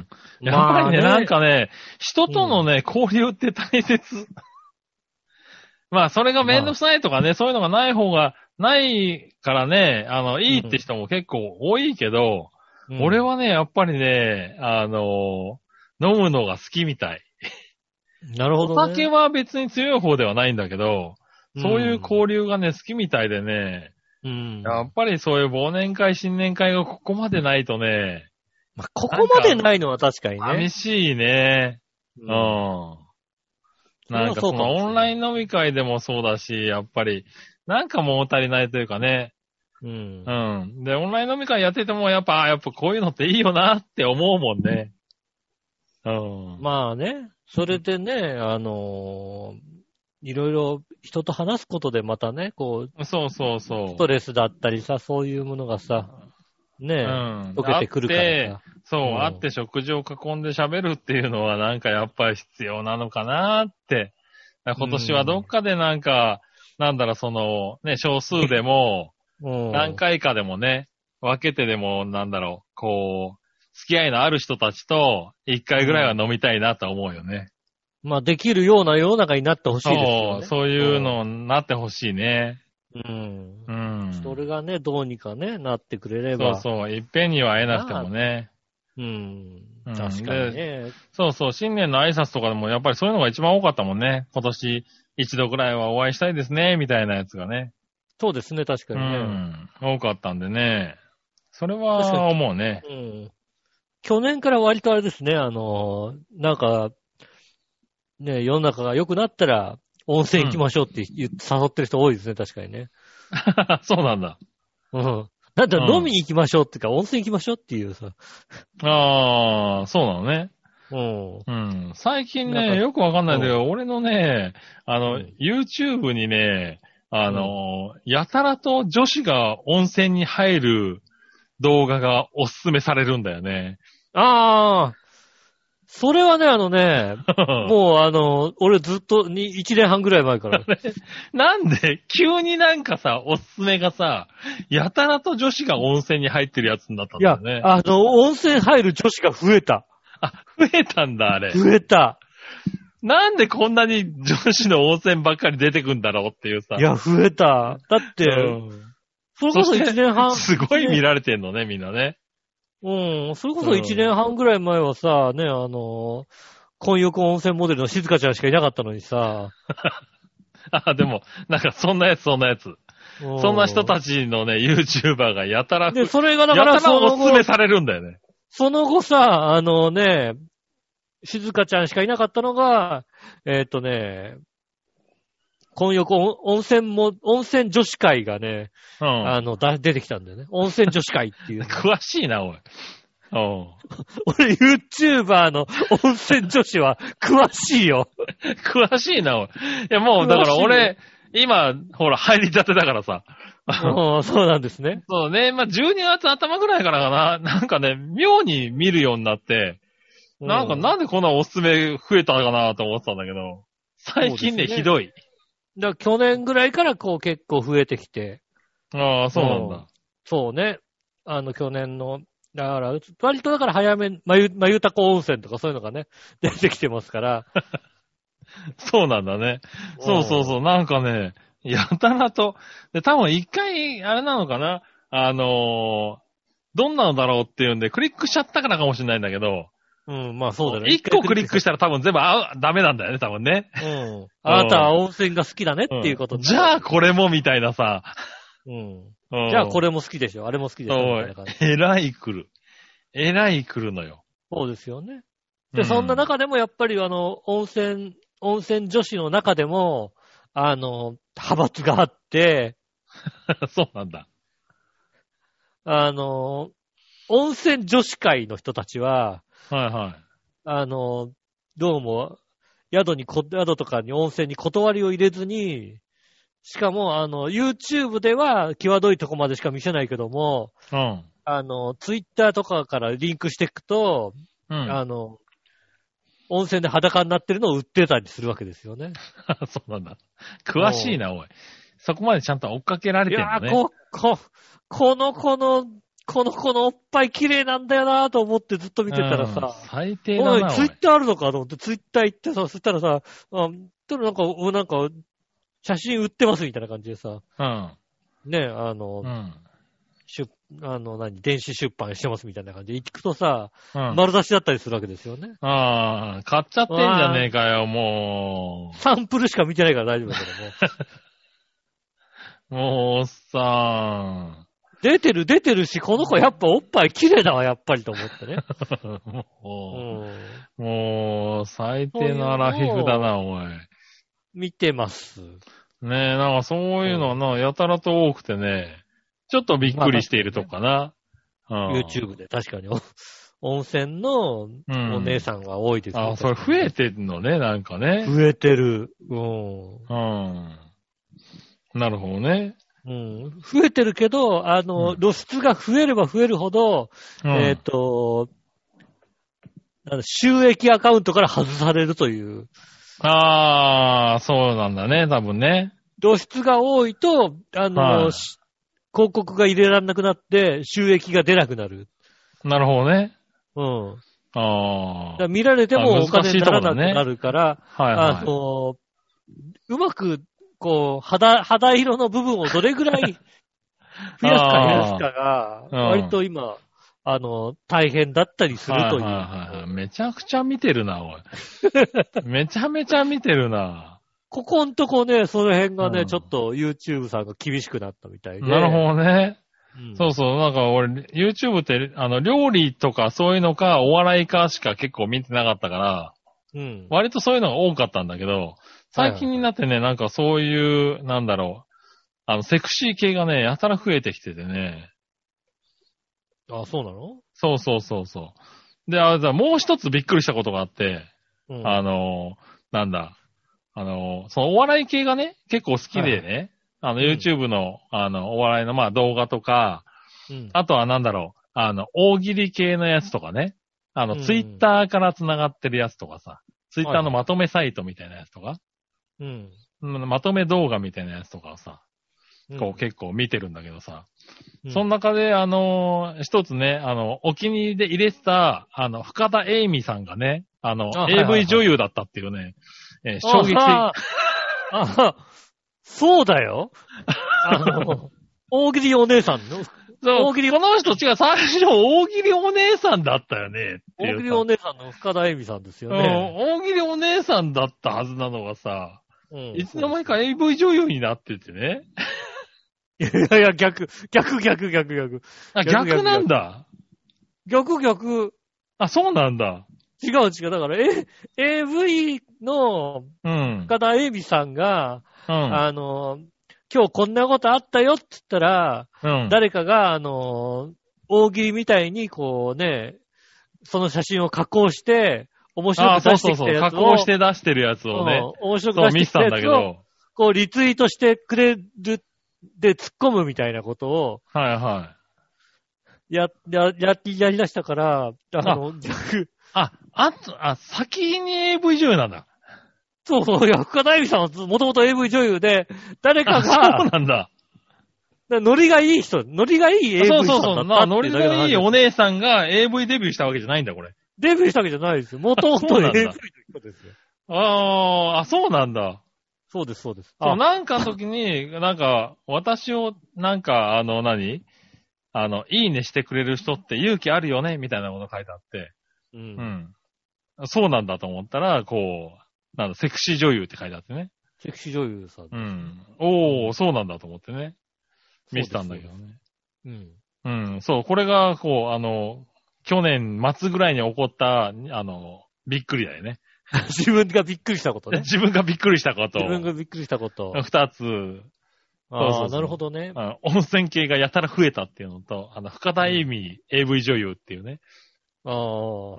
やっぱりね、まあ、ねなんかね、人とのね、うん、交流って大切。まあ、それがめんどくさいとかね、まあ、そういうのがない方が、ないからね、あの、いいって人も結構多いけど、うん、俺はね、やっぱりね、あの、飲むのが好きみたい。 なるほど、ね。 お酒は別に強い方ではないんだけど、そういう交流がね、好きみたいでね、うん、やっぱりそういう忘年会、新年会がここまでないとね、 まあ、ここまでないのは確かにね。 寂しいね。うん。うん、なんかそのオンライン飲み会でもそうだし、やっぱり、なんか物足りないというかね。うん。うん。で、オンライン飲み会やってても、やっぱ、やっぱこういうのっていいよなって思うもんね。うん。 まあね、それでね、あのー、いろいろ人と話すことでまたね、こう。そうそうそう。 ストレスだったりさ、そういうものがさ、ねえ、うん、溶けてくるからさ。 そう、うん、会って食事を囲んで喋るっていうのはなんかやっぱり必要なのかなって。今年はどっかでなんか、うん、なんだろう、その、ね、少数でも、何回かでもね、分けてでも、なんだろう、こう、付き合いのある人たちと一回ぐらいは飲みたいなと思うよね。 うん、まあ、できるような世の中になってほしいですよね。 そう、そういうのになってほしいね。 うん。 うん。 それがね、どうにかね、なってくれれば。 そうそう。いっぺんには会えなくてもね。 うん。 確かにね。 そうそう、新年の挨拶とかでもやっぱりそういうのが一番多かったもんね。今年一度くらいはお会いしたいですね、みたいなやつがね。 そうですね、確かにね。 うん。多かったんでね。それは思うね。 うん。去年から割とあれですね、あの、なんか、ね、世の中が良くなったら温泉行きましょうって言って誘ってる人多いですね、確かにね。 そうなんだ。 うん。なんだ、飲みに行きましょうっていうか、温泉行きましょうっていうさ。 ああ、そうなのね。 うん。 うん。最近ね、よくわかんないんだけど、俺のね、あの、うん、YouTube にね、あの、うん、やたらと女子が温泉に入る動画がおすすめされるんだよね。 ああ。それはね、あのね、もうあの、俺ずっとにいちねんはんぐらい前から。 なんで急になんかさ、おすすめがさ、やたらと女子が温泉に入ってるやつになったんだよね。 いや、あの、温泉入る女子が増えた。 あ、増えたんだ、あれ。 増えた。 なんでこんなに女子の温泉ばっかり出てくんだろうっていうさ。 いや、増えた。だって、うん、それこそいちねんはん。 すごい見られてんのね、みんなね。 うん。それこそいちねんはんぐらい前はさ、ね、あの、混浴温泉モデルの静香ちゃんしかいなかったのにさ。 あ、でも、なんかそんなやつ、そんなやつ。そんな人たちのね、YouTuber がやたら、 で、それがだから、 やたらおすすめされるんだよね。 その後さ、あのね、静香ちゃんしかいなかったのが、えっとね、混浴温泉も、温泉女子会がね、うん、あの、だ、出てきたんだよね。温泉女子会っていう。 詳しいな、おい。お俺、YouTuber の温泉女子は詳しいよ。 詳しいな、おい。いや、もう、だから俺、今、ほら、入りたてだからさ。 そうなんですね。 そうね。まあ、じゅうにがつ頭ぐらいからかな。なんかね、妙に見るようになって、なんかなんでこんなおすすめ増えたかなと思ってたんだけど、最近ね、ひどい。 だから去年ぐらいからこう結構増えてきて。 ああ、そうなんだ。 そうね。あの、去年の、だから、割とだから早め、まゆ、まゆたこ温泉とかそういうのがね、出てきてますから。 そうなんだね。そうそうそう。なんかね、やたらと、で、多分一回、あれなのかなあのー、どんなのだろうっていうんで、クリックしちゃったからかもしれないんだけど、 うん、まあそうだね。 一個クリックしたら多分全部あダメなんだよね、多分ね。 うん。あなたは温泉が好きだねっていうこと、 うん、じゃあこれもみたいなさ。 うん。うん、じゃあこれも好きでしょ、あれも好きでしょ。みたいな感じ。 えらい来る。えらい来るのよ。 そうですよね。で、うん、そんな中でもやっぱりあの、温泉、温泉女子の中でも、あの、派閥があって、 そうなんだ。 あの、温泉女子会の人たちは、 はいはい。 あの、どうも、宿にこ、宿とかに温泉に断りを入れずに、しかも、あの、YouTube では際どいとこまでしか見せないけども、 うん。 あの、Twitter とかからリンクしていくと、 うん。 あの、温泉で裸になってるのを売ってたりするわけですよね。 そうなんだ。詳しいな、おい。そこまでちゃんと追っかけられてるんだね。 いやー、こ、こ、この子の、この子のおっぱい綺麗なんだよなぁと思ってずっと見てたらさ、うん、 最低だな。おい、 ツイッターあるのかと思ってツイッター行ってさ、そしたらさ、あ、でもなんか、なんか、写真売ってますみたいな感じでさ、 うん。 ね、あの、 うん、 出、あの、何、電子出版してますみたいな感じで行くとさ、 うん、 丸出しだったりするわけですよね。 ああ、買っちゃってんじゃねえかよ、もう。 サンプルしか見てないから大丈夫だけども。もう、おっさん。 出てる出てるし、この子やっぱおっぱい綺麗だわ、やっぱりと思ってね。 もう、うん、もう、最低なアラフィフだな、おい。 見てます。 ねえ、なんかそういうのはな、やたらと多くてね、ちょっとびっくりしているとこかな。 まあね、うん、YouTube で確かに温泉のお姉さんが多いですね。 うん、あ、それ増えてるのね、なんかね。 増えてる。うん。 うん。なるほどね。 うん。増えてるけど、あの、うん、露出が増えれば増えるほど、うん、えっ、ー、と、収益アカウントから外されるという。 ああ、そうなんだね、多分ね。 露出が多いと、あの、はい、広告が入れられなくなって収益が出なくなる。 なるほどね。 うん。 ああ。見られてもお金にならなくなるから、 ね、はいはい、 あの、うまく、こう、肌、肌色の部分をどれぐらい増やすか減らすかが、割と今、 あの、大変だったりするという。はいはいはい、めちゃくちゃ見てるな、おい。めちゃめちゃ見てるな。 ここんとこね、その辺がね、うん、ちょっと YouTube さんが厳しくなったみたいで。 なるほどね。うん、そうそう、なんか俺、YouTube って、あの、料理とかそういうのか、お笑いかしか結構見てなかったから、うん、割とそういうのが多かったんだけど、最近になってね、はいはい、なんかそういう、なんだろう、あの、セクシー系がね、やたら増えてきててね。 あ、そうなの？ そうそうそうそう。で、あ、もう一つびっくりしたことがあって、うん、あの、なんだ、あの、そのお笑い系がね、結構好きでね、はい、あの、YouTube の、うん、あの、お笑いの、まあ、動画とか、うん、あとはなんだろう、あの、大喜利系のやつとかね、あの、うん、Twitter から繋がってるやつとかさ、Twitter のまとめサイトみたいなやつとか、うん、まとめ動画みたいなやつとかをさ、こう結構見てるんだけどさ、うん、その中であのー、一つね、あの、お気に入りで入れてた、あの、深田栄美さんがね、あの、あ エーブイ 女優だったっていうね、えー、衝撃的。ああ、そうだよ。あの、大喜利お姉さんの。 大喜利、この人違う、最初大喜利お姉さんだったよね。 大喜利お姉さんの深田栄美さんですよね。 うん、大喜利お姉さんだったはずなのがさ、うん、いつの間にか エーブイ 女優になっててね。 いやいや、逆、逆、逆、逆、逆。 あ、逆なんだ。 逆、逆。 あ、そうなんだ。 違う違う。だから、え、エーブイ の深田栄美さんが、うん、あの、今日こんなことあったよって言ったら、うん、誰かが、あの、大喜利みたいに、こうね、その写真を加工して、面白く出してきたやつを。 そうそうそう、加工して出してるやつをね。 うん、面白く出してきたやつを、こうリツイートしてくれる、で突っ込むみたいなことを。 はいはい。 や、や、や、やり出したから、あの、逆。 あ、あと、あ、先に エーブイ 女優なんだ。 そうそう、いや、深田恵美さんはもともと エーブイ 女優で、誰かが、 そうなんだ。 ノリがいい人、ノリがいい エーブイ さんだったって。そうそうそう、まあ、 ノリのいいお姉さんが エーブイ デビューしたわけじゃないんだ、これ。 デビューしたわけじゃないですよ。もともと エーブイ の人ですよ。 あー、あ、そうなんだ。 そうです、そうです。 そう、なんかの時に、なんか、私を、なんか、あの、何あの、いいねしてくれる人って勇気あるよねみたいなこと書いてあって。うん。うん。そうなんだと思ったら、こう、なんだ、セクシー女優って書いてあってね。 セクシー女優さん。 うん。おー、そうなんだと思ってね。見せたんだけどね。うん。うん。そう、これが、こう、あの、去年末ぐらいに起こった、あの、びっくりだよね。 自分がびっくりしたことね。 自分がびっくりしたこと。 自分がびっくりしたこと。 二つ。 ああ、そうそうそう、なるほどね。 あ温泉系がやたら増えたっていうのと、あの、深田栄美、うん、エーブイ 女優っていうね。 ああ。うん。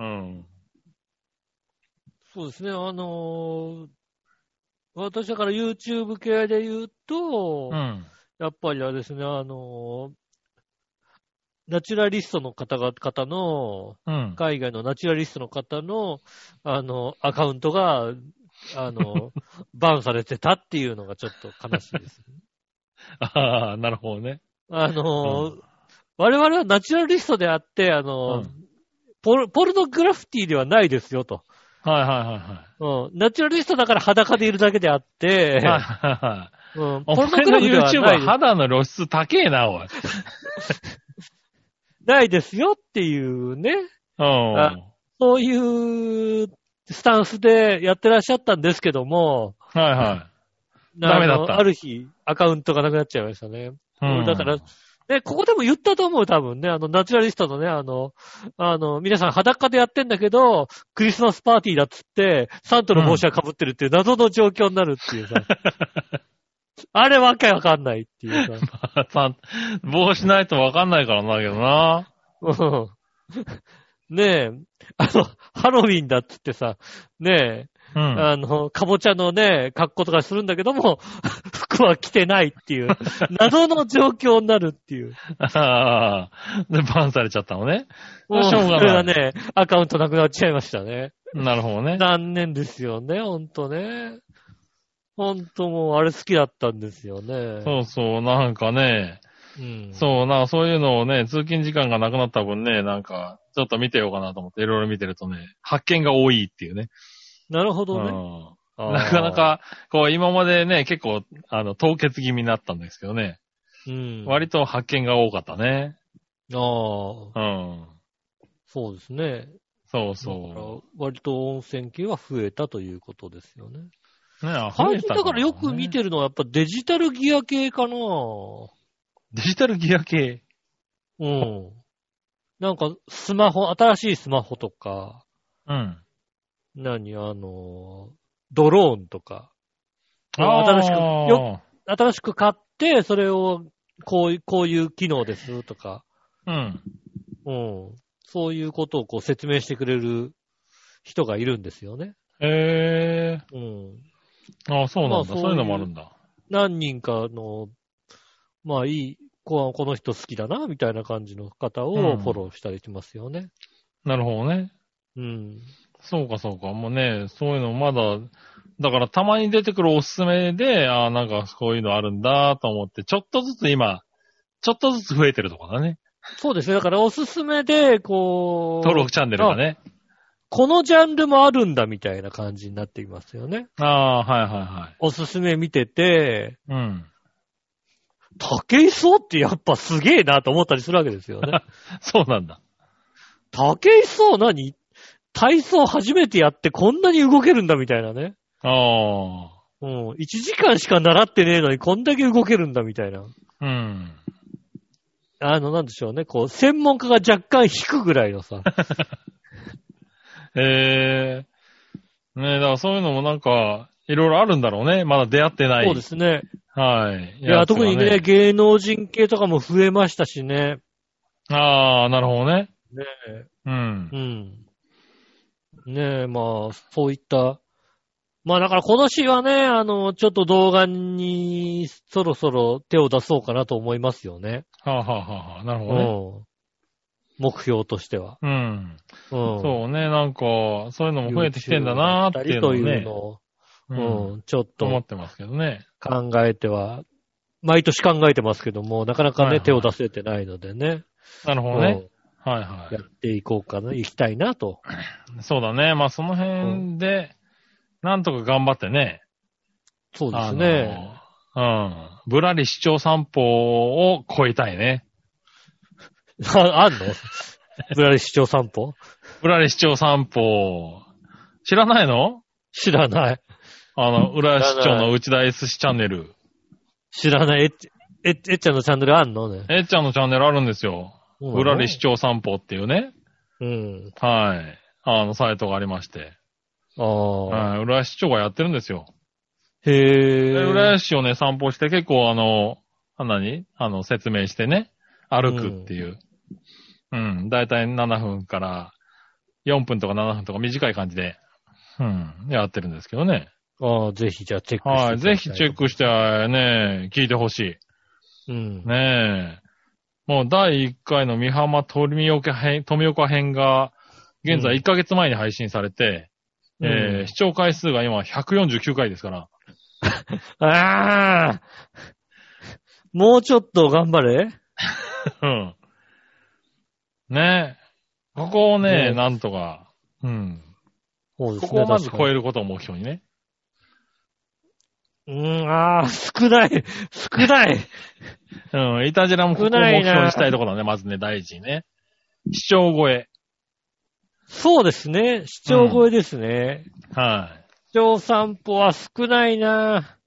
そうですね、あのー、私だから YouTube 系で言うと、うん、やっぱりあれですね、あのー、ナチュラリストの方々方の、うん、海外のナチュラリストの方の、あの、アカウントが、あの、バンされてたっていうのがちょっと悲しいです、ね。 ああ、なるほどね。 あの、うん、我々はナチュラリストであって、あの、うん、ポル、ポルノグラフィティではないですよと。 はいはいはいはい。 うん。ナチュラリストだから裸でいるだけであって、 はいはいはい。うん。ポルノグラフィティではない。お前の YouTube は肌の露出高えな、おい。 ないですよっていうね。うん。そういうスタンスでやってらっしゃったんですけども。 はいはい。ダメだった。 ある日、アカウントがなくなっちゃいましたね。うん。だから、ね、ここでも言ったと思う、多分ね。あの、ナチュラリストのね、あの、あの、皆さん裸でやってんだけど、クリスマスパーティーだっつって、サンタの帽子は被ってるっていう謎の状況になるっていうさ。うんあれわけわかんないっていうさ。 まあ、帽子ないとわかんないからな、けどな。 ねえ、あの、ハロウィンだっつってさ、ねえ、うん、あの、かぼちゃのね、格好とかするんだけども、服は着てないっていう、謎の状況になるっていう。 ああ、で、バンされちゃったのね。 もう、しょうがない。それがね、アカウントなくなっちゃいましたね。 なるほどね。 残念ですよね、ほんとね。ほんともう、あれ好きだったんですよね。 そうそう、なんかね、うん、そう、なんかそういうのをね、通勤時間がなくなった分ね、なんか、ちょっと見てようかなと思って、いろいろ見てるとね、発見が多いっていうね。 なるほどね。 うん、なかなか、こう、今までね、結構、あの、凍結気味になったんですけどね。うん。割と発見が多かったね。 ああ。うん。 そうですね。 そうそう。 割と温泉系は増えたということですよね。 ねえ、 最近だからよく見てるのはやっぱデジタルギア系かな。 デジタルギア系うん。なんかスマホ、新しいスマホとか。 うん。 何あの、ドローンとか。 あ新しく、よ、新しく買って、それをこういう、こういう機能ですとか。 うん。 うん。そういうことをこう説明してくれる人がいるんですよね。 へぇー。うん。 ああ、そうなんだ、まあそういう。そういうのもあるんだ。 何人かの、まあいい、この人好きだな、みたいな感じの方をフォローしたりしますよね。 うん、なるほどね。 うん。 そうかそうか。もうね、そういうのまだ、だからたまに出てくるおすすめで、ああ、なんかこういうのあるんだと思って、ちょっとずつ今、ちょっとずつ増えてるとこだね。 そうですね。だからおすすめで、こう。 登録チャンネルがね。 このジャンルもあるんだみたいな感じになっていますよね。 ああ、はいはいはい。 おすすめ見てて、 うん。 竹磯ってやっぱすげえなと思ったりするわけですよね。 そうなんだ。 竹磯何体操初めてやってこんなに動けるんだみたいなね。 ああ。 うん。いちじかんしか習ってねえのにこんだけ動けるんだみたいな。 うん。 あの、なんでしょうね。こう、専門家が若干引くぐらいのさ。 へえ。ねえ、だからそういうのもなんか、いろいろあるんだろうね。まだ出会ってない。 そうですね。 はい。 いや、ね、特にね、芸能人系とかも増えましたしね。 ああ、なるほどね。 ねえ。 うん。 うん。ねえ、まあ、そういった。まあだから今年はね、あの、ちょっと動画にそろそろ手を出そうかなと思いますよね。 はあ、はあはあ、なるほどね。うん。 目標としては。 うん。うん。そうね、なんか、そういうのも増えてきてんだなーっていうのをね。というのを、うん、うん、ちょっと。思ってますけどね。 考えては、毎年考えてますけども、なかなかね、はいはい、手を出せてないのでね。 なるほどね。うん、はいはい。 やっていこうかな、行きたいなと。 そうだね。まあその辺で、うん、なんとか頑張ってね。 そうですね。 うん。ぶらり市長散歩を超えたいね。 あ、あんのぶらり市長散歩ぶらり市長散歩。知らないの？ 知らない。 あの、浦安市長の内田 S チャンネル。 知らない。え、え、えっちゃんのチャンネルあんのね。 えっちゃんのチャンネルあるんですよ。ぶらり市長散歩っていうね。 うん。 はい。あの、サイトがありまして。 ああ。 はい。浦安市長がやってるんですよ。 へぇー。 浦安市をね、散歩して結構あの、何あの、説明してね。歩くっていう。うん。うん、だいたいななふんからよんぷんとかななふんとか短い感じで、うん。やってるんですけどね。 ああ、ぜひじゃあチェックして。 はい。ぜひチェックしてね、聞いてほしい。 うん。 ねえ。もうだいいっかいの三浜富岡編、富岡編が、現在いっかげつまえに配信されて、うん、えー、視聴回数が今ひゃくよんじゅうきゅうかいですから。 ああもうちょっと頑張れうん。ねえ。ここをね、ねなんとか、うん。そうですね。ここをまず超えることを目標にね。 うーん、ああ、少ない。少ない。 うん、いたじらもここを目標にしたいところだね。まずね、第一にね。視聴超え。 そうですね。視聴超えですね。 うん、はい。 視聴散歩は少ないな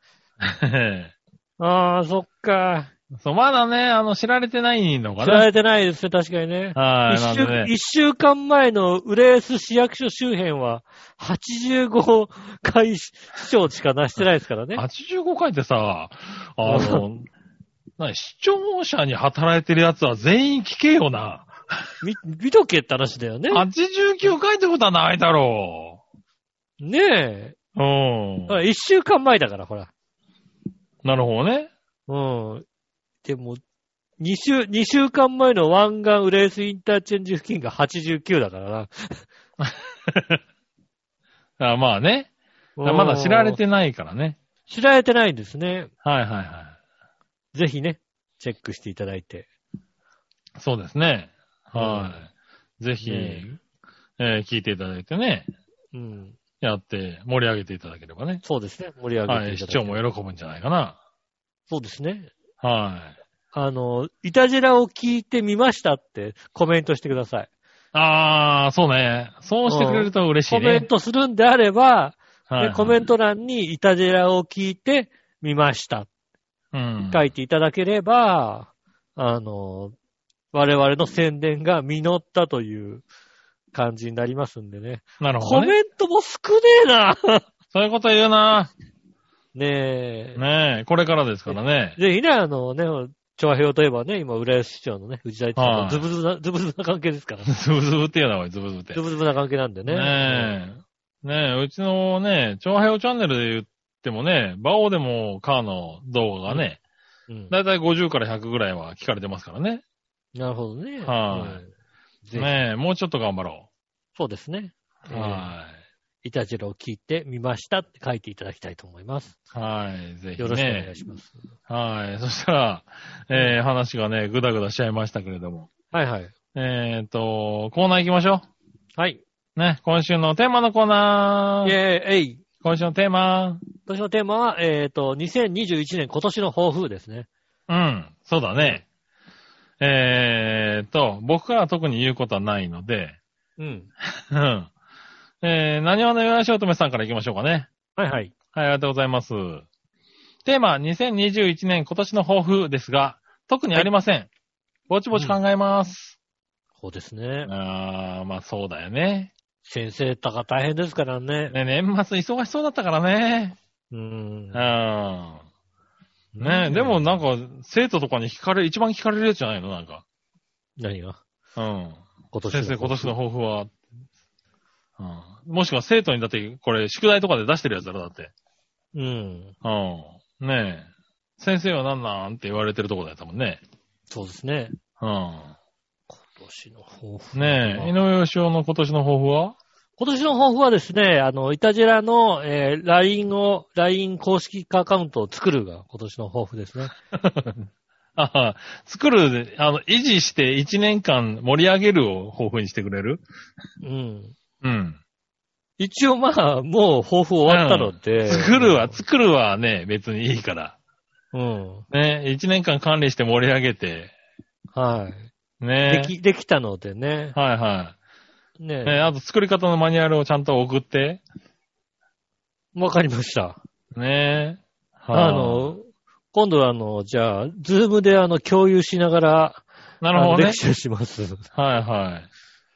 ああ、そっか。 そう、まだね、あの、知られてないのかな。 知られてないですね、確かにね。 はい。 一週、ね、一週間前の浦安市役所周辺は、はちじゅうごかい視聴しかなしてないですからね。 はちじゅうごかいってさ、あの、な視聴者に働いてるやつは全員聞けよな。 見、見とけって話だよね。 はちじゅうきゅうかいってことはないだろう。ねえ。 うん。 一週間前だから、ほら。 なるほどね。 うん。でも、二週、二週間前の湾岸浦安インターチェンジ付近がはちじゅうきゅうだからな。 あまあね。まだ知られてないからね。 知られてないんですね。 はいはいはい。 ぜひね、チェックしていただいて。 そうですね。はい。ぜひ、ねえー、聞いていただいてね。 うん。 やって盛り上げていただければね。 そうですね。盛り上げていただければ。はい。 市長も喜ぶんじゃないかな。 そうですね。 はい。 あの、いたじらを聞いてみましたってコメントしてください。 ああ、そうね。そうしてくれると嬉しいね。 コメントするんであれば、 はいはい、 でコメント欄にイタジェラを聞いてみました。うん、書いていただければ、あの、我々の宣伝が実ったという感じになりますんでね。 なるほど、ね。 コメントも少ねえな。 そういうこと言うな。 ねえ。 ねえ、これからですからね。 ぜひね、あのね、調和表といえばね、今、浦安市長のね、藤田一さんとズブズブな、ズブズブな関係ですから。 ズブズブって言うな、おい、ズブズブって。 ズブズブな関係なんでね。 ねえ。ねえ、うちのね、調和表チャンネルで言ってもね、バオでもカーの動画がね、うん、だいたいごじゅうからひゃくぐらいは聞かれてますからね。 なるほどね。 はい、うん。ねえ、もうちょっと頑張ろう。そうですね。はい。イタジェラを聞いてみましたって書いていただきたいと思います。 はい。ぜひね。 よろしくお願いします。 はい。そしたら、えー、話がね、ぐだぐだしちゃいましたけれども。 はいはい。 えーと、コーナー行きましょう。はい。 ね、今週のテーマのコーナー。 イェーイ、えい。 今週のテーマ。 今週のテーマは、えーと、にせんにじゅういちねん今年の抱負ですね。 うん。そうだね。えーと、僕からは特に言うことはないので。 うん。 うん。えー、何話のよやしおとめさんから行きましょうかね。 はいはい。 はい、ありがとうございます。テーマ、にせんにじゅういちねん今年の抱負ですが、特にありません。はい、ぼちぼち考えます。 うん、そうですね。 あー、まあそうだよね。 先生とか大変ですからね。 ね、年末忙しそうだったからね。 うーん。 あー。ね、うん、でもなんか、生徒とかに聞かれ、一番聞かれるやつじゃないのなんか。 何がうん。 今年先生、今年の抱負は、うん、もしくは生徒にだって、これ、宿題とかで出してるやつだろ、だって。 うん。 うん。ねえ。先生は何なんって言われてるとこだったもんね。 そうですね。 うん。 今年の抱負。 ねえ。井上義雄の今年の抱負は今年の抱負はですね、あの、イタジェラの、えー、ライン を、ライン 公式アカウントを作るが今年の抱負ですね。 ああ、作る、あの、維持していちねんかん盛り上げるを抱負にしてくれるうん。 うん。 一応まあ、もう抱負終わったので。 うん、作るは、作るはね、別にいいから。 うん。 ね、いちねんかん管理して盛り上げて。 はい。 ね。 でき、できたのでね。 はいはい。 ねね、あと作り方のマニュアルをちゃんと送って。 わかりました。 ねえ。はあ、あの、今度はあの、じゃあ、ズームであの、共有しながら、 なるほどね。 レクチャーします。 はいはい。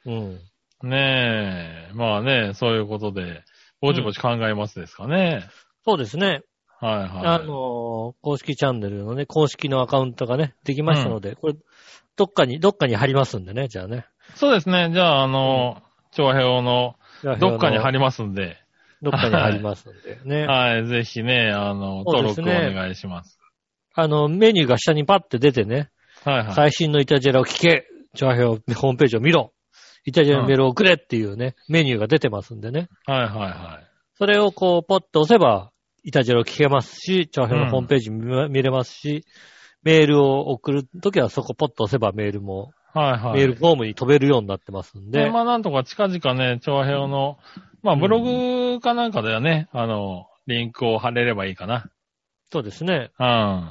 うん。ねえ。まあね、そういうことで、ぼちぼち考えますですかね。うん、 そうですね。 はいはい。 あの、公式チャンネルのね、公式のアカウントがね、できましたので、うん、これ、どっかに、どっかに貼りますんでね、じゃあね。 そうですね。じゃあ、あの、長編の、どっかに貼りますんで。 どっかに貼りますんでね。 はい、ぜひね、あの、登録お願いします。 あの、メニューが下にパッて出てね。 はいはい。 最新のイタジェラを聞け。長編ホームページを見ろ。イタジェラのメールを送れっていうね、うん、メニューが出てますんでね。 はいはいはい。 それをこう、ポッと押せば、イタジェラを聞けますし、長編のホームページ見れますし、うん、メールを送るときはそこポッと押せばメールも、 はいはい。 メールフォームに飛べるようになってますんで。 まあなんとか近々ね、長編の、まあブログかなんかではね、うん、あの、リンクを貼れればいいかな。 そうですね。 うん。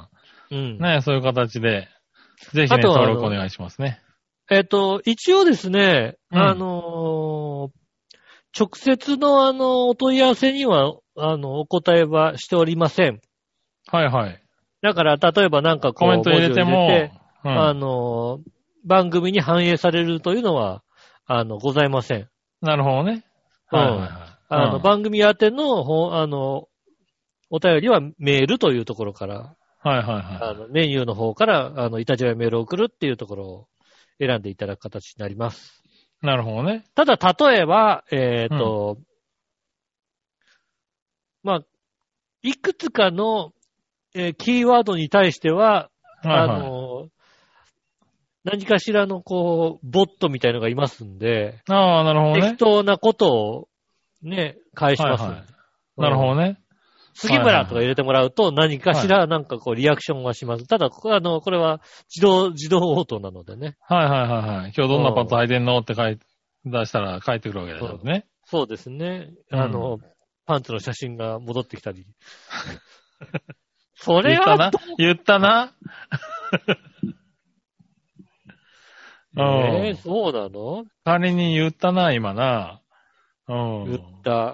うん。ね、そういう形で、ぜひね、登録お願いしますね。 えっと、一応ですね、うん、あのー、直接のあの、お問い合わせには、あの、お答えはしておりません。 はいはい。 だから、例えばなんかこう、 コメント入れても、 うん、あのー、番組に反映されるというのは、あの、ございません。 なるほどね。はいはいはい。 あの、うん、番組宛ての、あの、お便りはメールというところから、 はいはいはい。 あの、メニューの方から、あの、イタジェラメールを送るっていうところを選んでいただく形になります。 なるほどね。 ただ、例えば、えっと、うん、まあ、いくつかの、えー、キーワードに対しては、はいはい、あの、何かしらの、こう、ボットみたいのがいますんで、 ああ、なるほどね。 適当なことを、ね、返します。はいはい、 なるほどね。 杉村とか入れてもらうと何かしらなんかこうリアクションはします。ただ、あの、これは自動、自動応答なのでね。 はいはいはいはい。今日どんなパンツ履いてんのって書い出したら帰ってくるわけだよね。 そうですね。あの、うん、パンツの写真が戻ってきたり。それは言ったな。言ったな。 えー、そうなの？ 仮に言ったな、今な。うん。 言った。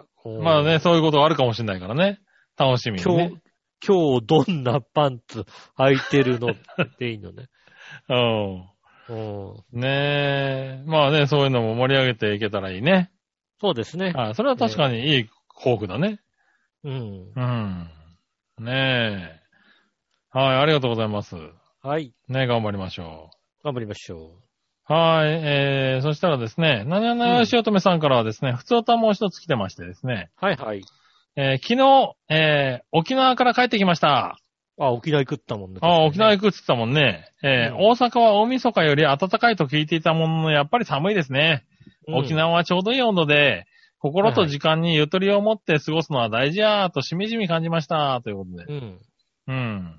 まあね、そういうことがあるかもしれないからね。楽しみにね。 今日、今日どんなパンツ履いてるのっていいのね。 うん。うん。ねえ。まあね、そういうのも盛り上げていけたらいいね。 そうですね。 はい。それは確かにいい抱負だね。 うん。 うん。ねえ。はい、ありがとうございます。 はい。 ねえ、頑張りましょう。頑張りましょう。はい、えー、そしたらですね、なにわなよしおとめさんからはですね、うん、普通歌もう一つ来てましてですね。 はいはい。 えー、昨日、えー、沖縄から帰ってきました。 あ、沖縄行くったもんね。 ああ、沖縄行くって言ったもんね。えーうん、大阪は大晦日より暖かいと聞いていたものの、やっぱり寒いですね。うん、沖縄はちょうどいい温度で、心と時間にゆとりを持って過ごすのは大事やーとしみじみ感じました。ということで。うん。うん。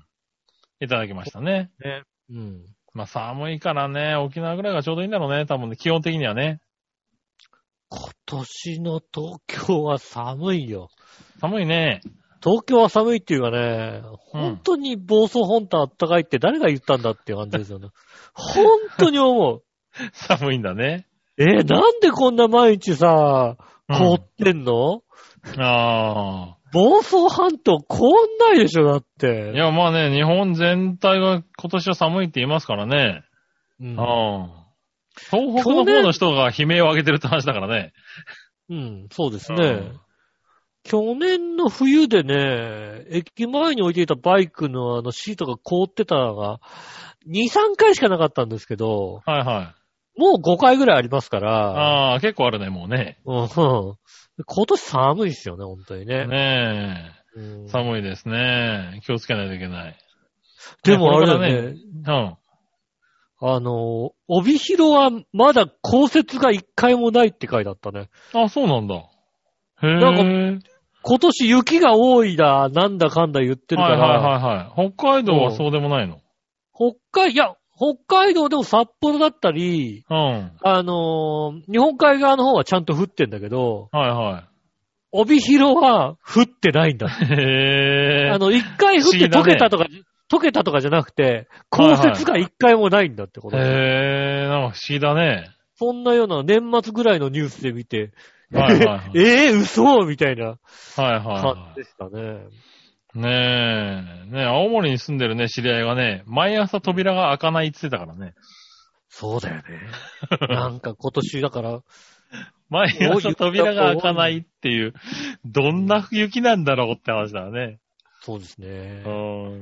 いただきましたね。ね。うん。まあ寒いからね、沖縄ぐらいがちょうどいいんだろうね。多分ね、気温的にはね。 今年の東京は寒いよ。 寒いね。 東京は寒いっていうかね、本当に房総本島あったかいって誰が言ったんだっていう感じですよね。本当に思う。 寒いんだね。 えー、なんでこんな毎日さ、凍ってんの？ うん、ああ。 房総半島凍んないでしょ、だって。 いや、まあね、日本全体が今年は寒いって言いますからね。うん。ああ。東北の方の人が悲鳴を上げてるって話だからね。 うん、そうですね。うん、去年の冬でね、駅前に置いていたバイクのあのシートが凍ってたのが、に、さんかいしかなかったんですけど、 はいはい。 もうごかいぐらいありますから。 ああ、結構あるね、もうね。 うん。今年寒いですよね、本当にね。 ねえ、うん。寒いですね。気をつけないといけない。 でもあれだね。うん。あの、帯広はまだ降雪が一回もないって書いてあったね。 あ、そうなんだ。へえ。 なんか、今年雪が多いだ、なんだかんだ言ってるから。 はいはいはいはい。北海道はそうでもないの？ 北海、いや、北海道でも札幌だったり、うん。あのー、日本海側の方はちゃんと降ってんだけど、 はいはい。 帯広は降ってないんだ。 へー。 あの、一回降って溶けたとか、ね、溶けたとかじゃなくて、降雪が一回もないんだってこと。 へー、なんか不思議だね。 そんなような年末ぐらいのニュースで見て、 はいはいはい、 えー、嘘みたいな。 はいはい、はい。 感じでしたね。 ねえ。ねえ、青森に住んでるね、知り合いがね、毎朝扉が開かないって言ってたからね。 そうだよね。なんか今年だから、 毎朝扉が開かないっていう、どんな雪なんだろうって話だね。 そうですね。 うん、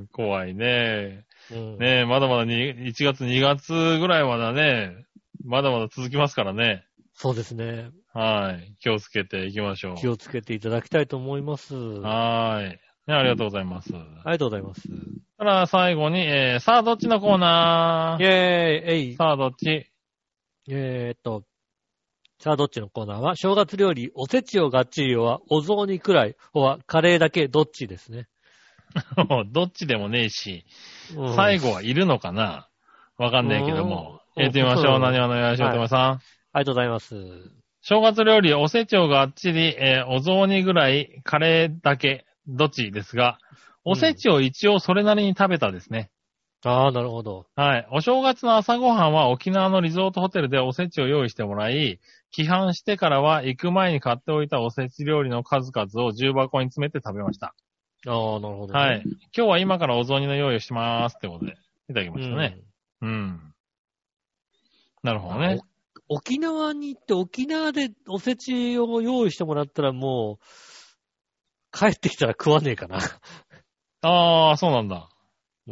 怖いね。うん、ねえ、まだまだにいちがつ、にがつぐらいまだね、まだまだ続きますからね。 そうですね。 はい。気をつけていきましょう。 気をつけていただきたいと思います。 はい。ね、ありがとうございます。ありがとうございます。 ただ最後に、えー、さあどっちのコーナー？ イェーイ、えい。 さあどっち？ えーっと、さあどっちのコーナーは、正月料理、おせちをがっちりは、お雑煮くらい、は、カレーだけ、どっちですね。 どっちでもねえし、うん、最後はいるのかな？わかんないけども。やってみましょう。何をお願いします。さん。ありがとうございます。 正月料理、おせちをがっちり、えー、お雑煮ぐらい、カレーだけ、どっちですが、おせちを一応それなりに食べたですね。 うん、ああ、なるほど。 はい。お正月の朝ごはんは沖縄のリゾートホテルでおせちを用意してもらい、帰飯してからは行く前に買っておいたおせち料理の数々を重箱に詰めて食べました。 ああ、なるほど、ね。 はい。今日は今からお雑煮の用意をしますってことで、いただきましたね。うん。うん、なるほどね。 沖縄に行って沖縄でおせちを用意してもらったらもう、帰ってきたら食わねえかな。 ああ、そうなんだ。 うん。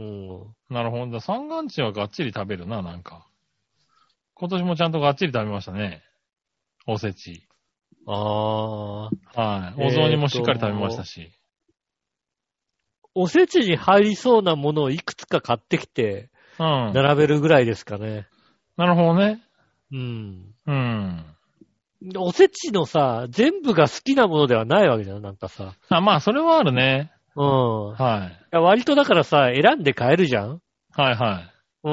なるほど。三元地はがっちり食べるな、なんか。今年もちゃんとがっちり食べましたね。おせち。 ああ。 はい。お雑煮もしっかり食べましたし。 おせちに入りそうなものをいくつか買ってきて、うん。並べるぐらいですかね。 なるほどね。 うん。 うん。 おせちのさ、全部が好きなものではないわけじゃん、なんかさ。 あ、まあ、それはあるね。 うん。 はい。 いや割とだからさ、選んで買えるじゃん。 はいはい。 うん。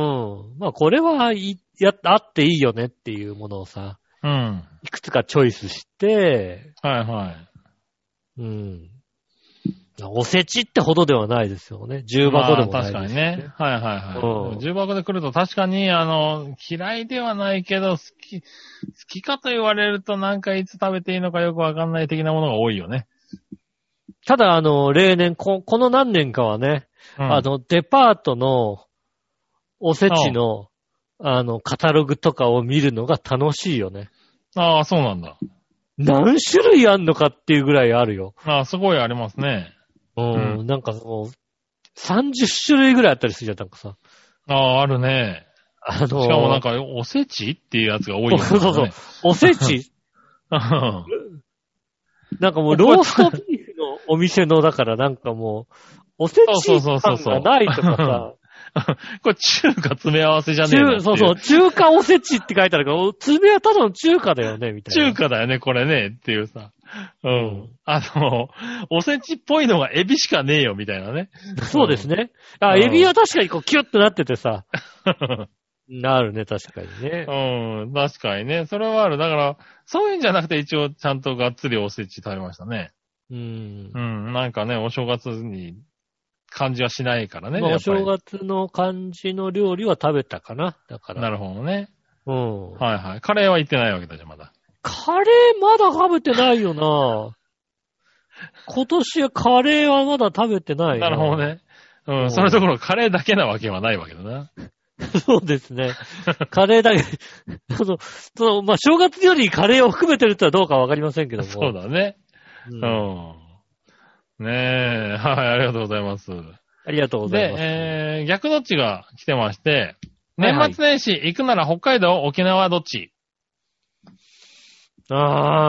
まあ、これはいや、あっていいよねっていうものをさ。 うん。 いくつかチョイスして。 はいはい。 うん。 おせちってほどではないですよね。重箱でもないです、ね。 まあ、確かにね。はいはいはい。うん、重箱で来ると確かに、あの、嫌いではないけど、好き、好きかと言われるとなんかいつ食べていいのかよくわかんない的なものが多いよね。 ただ、あの、例年、こ、この何年かはね、うん、あの、デパートのおせちの、あの、カタログとかを見るのが楽しいよね。 ああ、そうなんだ。 何種類あんのかっていうぐらいあるよ。 ああ、すごいありますね。 うん、うん、なんかもう、さんじゅっ種類ぐらいあったりするじゃん、なんかさ。 ああ、あるね。あのー、しかもなんか、おせちっていうやつが多いよね。 そうそうそう。おせちなんかもう、ローストビーフのお店の、だからなんかもう、おせち感がないとかさ。 これ中華詰め合わせじゃねえの。 そうそう、中華おせちって書いてあるから、詰めはただの中華だよね、みたいな。 中華だよね、これね、っていうさ。うん。あの、おせちっぽいのがエビしかねえよ、みたいなね。 そうですね。あ、うん、エビは確かにこうキュッとなっててさ。なるね、確かにね。 うん、確かにね。それはある。だから、そういうんじゃなくて一応ちゃんとがっつりおせち食べましたね。 うん。 うん、なんかね、お正月に感じはしないからね。 まあ、お正月の感じの料理は食べたかな。だから。 なるほどね。 うん。 はいはい。カレーは行ってないわけだじゃん、まだ。 カレーまだ食べてないよな。今年はカレーはまだ食べてないな。 なるほどね。うん。それどころカレーだけなわけはないわけだな。 そうですね。カレーだけ、その、その、まあ、正月よりカレーを含めてるってのはどうかわかりませんけども。 そうだね。うん。うん、ねえ、はい、ありがとうございます。 ありがとうございます。 で、えー、逆どっちが来てまして、年末年始行くなら北海道、沖縄どっち？ あ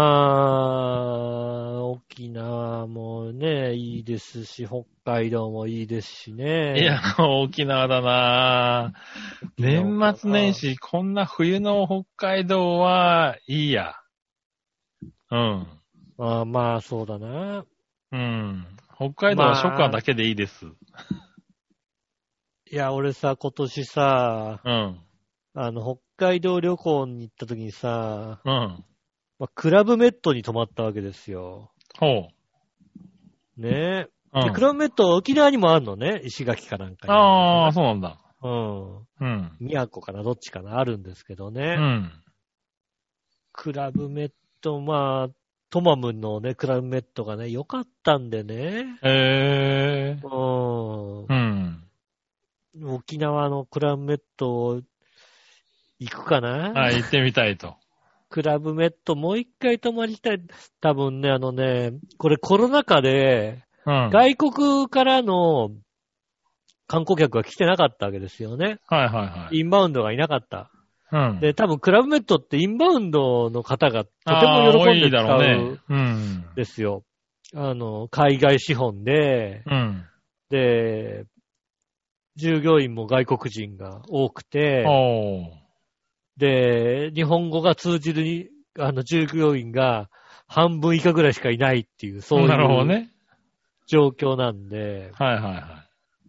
ー、沖縄もね、いいですし、北海道もいいですしね。 いや、沖縄だなぁ。年末年始、こんな冬の北海道はいいや。うん。 あー、まあ、そうだな。 うん。北海道は初夏だけでいいです。まあ、 いや、俺さ、今年さ、 うん。 あの、北海道旅行に行った時にさ、 うん。 まあ、クラブメットに泊まったわけですよ。 ほう。ねえ。 うん、 で、クラブメット沖縄にもあるのね。石垣かなんかに。 ああ、そうなんだ。 うん。 うん。 宮古かな、どっちかな、あるんですけどね。 うん。 クラブメット、まあ、トマムのね、クラブメットがね、良かったんでね。 へえー。 うん。 うん。 沖縄のクラブメット行くかな？ あ、行ってみたいと。 クラブメットもう一回泊まりたい。多分ね、あのね、これコロナ禍で、うん、外国からの観光客が来てなかったわけですよね。 はいはいはい。 インバウンドがいなかった。 うん。 で、多分クラブメットってインバウンドの方がとても喜んで使うんですよ。あの、海外資本で、 うん。 で、従業員も外国人が多くて、 おー。 で、日本語が通じるに、あの、従業員が半分以下ぐらいしかいないっていう、そういう状況なんで、 はいはいはい。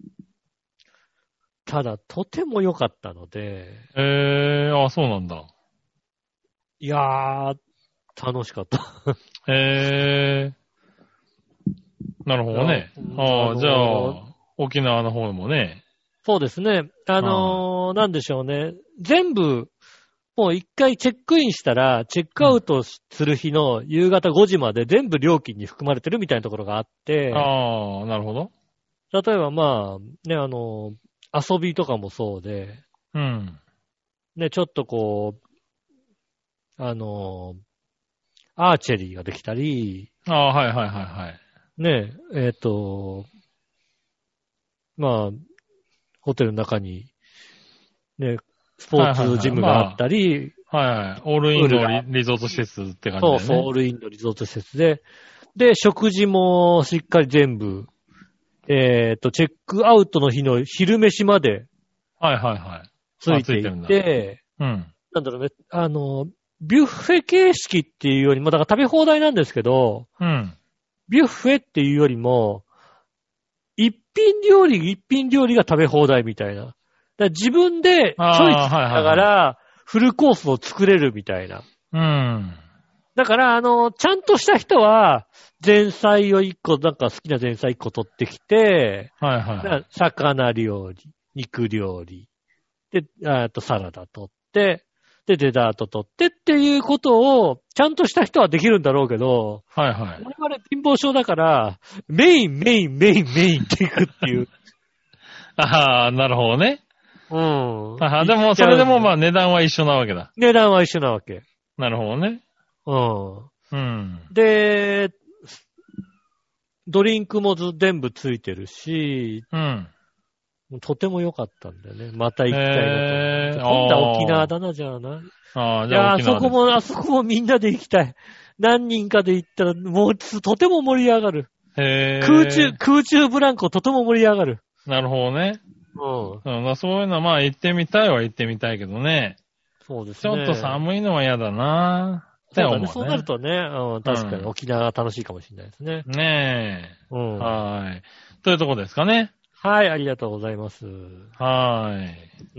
ただ、とても良かったので、 えー、あ、そうなんだ。 いやー、楽しかった。 へー。なるほどね。ああ、じゃあ、沖縄の方もね。 そうですね。あのー、なんでしょうね。全部、もう一回チェックインしたら、チェックアウトする日の夕方ごじまで全部料金に含まれてるみたいなところがあって、 ああ、なるほど。 例えばまあ、ね、あの、遊びとかもそうで、 うん。 ね、ちょっとこう、あの、アーチェリーができたり、 ああ、はいはいはいはい。 ね、えっと、まあ、ホテルの中に、ね、スポーツジムがあったり、 はいはい、はいはい。オールインのリゾート施設って感じだよね。 そうそう、オールインのリゾート施設で、で、食事もしっかり全部、えっと、チェックアウトの日の昼飯まで、 はいはいはい。 ついていって、 うん。 なんだろうね、あの、ビュッフェ形式っていうよりも、だから食べ放題なんですけど、 うん。 ビュッフェっていうよりも、一品料理、一品料理が食べ放題みたいな。だから自分でチョイスしながら、フルコースを作れるみたいな。 うん。 だから、あの、ちゃんとした人は、前菜を一個、なんか好きな前菜一個取ってきて、 はいはい。 魚料理、肉料理、で、あとサラダ取って、で、デザート取ってっていうことを、ちゃんとした人はできるんだろうけど、 はいはい。 我々貧乏症だから、メイン、メイン、メイン、メインっていくっていう。 ああ、なるほどね。 うん。 あでも、それでもまあ値段は一緒なわけだ。 値段は一緒なわけ。 なるほどね。 うん。 うん。 で、ドリンクも全部ついてるし、 うん。 とても良かったんだよね。また行きたいなと。 へー、 今度は沖縄だな、じゃあな。 ああ、じゃあ沖縄。 いや、あそこも、あそこもみんなで行きたい。何人かで行ったら、もう、とても盛り上がる。 へー。 空中、空中ブランコとても盛り上がる。 なるほどね。うん。うん、そういうのはまあ行ってみたいは行ってみたいけどね。 そうですね。 ちょっと寒いのは嫌だなって思う、ね。 そうだね。そうなるとね、うん、確かに沖縄が楽しいかもしれないですね。 うん、ねえ。 うん。 はい。というとこですかね。 はい、ありがとうございます。 はい。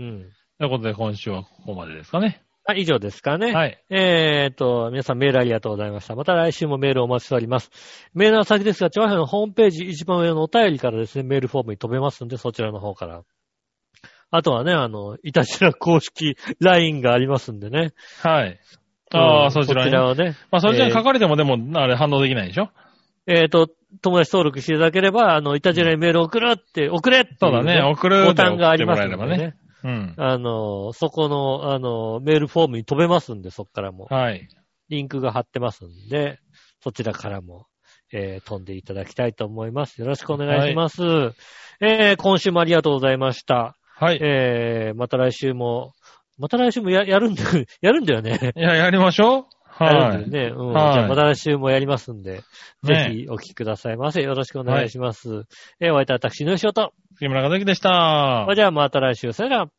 うん。 ということで今週はここまでですかね。 はい、以上ですかね。 はい。 えーと、皆さんメールありがとうございました。また来週もメールをお待ちしております。メールの先ですが、調和表のホームページ一番上のお便りからですね、メールフォームに飛べますんで、そちらの方から。あとはね、あの、いたしら公式 ライン がありますんでね。 はい。ああ、うん、そちらに。 そちらをね。 まあ、そちらに書かれてもでも、あれ反応できないでしょ？ えーと、友達登録していただければ、あの、いたじらにメールを送るって、送れって、ね、 そうだね、送るボタンがありますのでね。 ねうん。 あの、そこの、あの、メールフォームに飛べますんで、そこからも。 はい。 リンクが貼ってますんで、そちらからも、えー、飛んでいただきたいと思います。よろしくお願いします。はい、えー、今週もありがとうございました。 はい。 えー、また来週も、また来週もや、やるんだ、やるんだよね。 いや、やりましょう。 はい。ね、うん。 はい、 じゃあまた来週もやりますんで、ね、ぜひお聞きくださいませ。よろしくお願いします。はい、えー、お会いいたい私の仕事。 杉村和之でした。 じゃあまた来週、さよなら。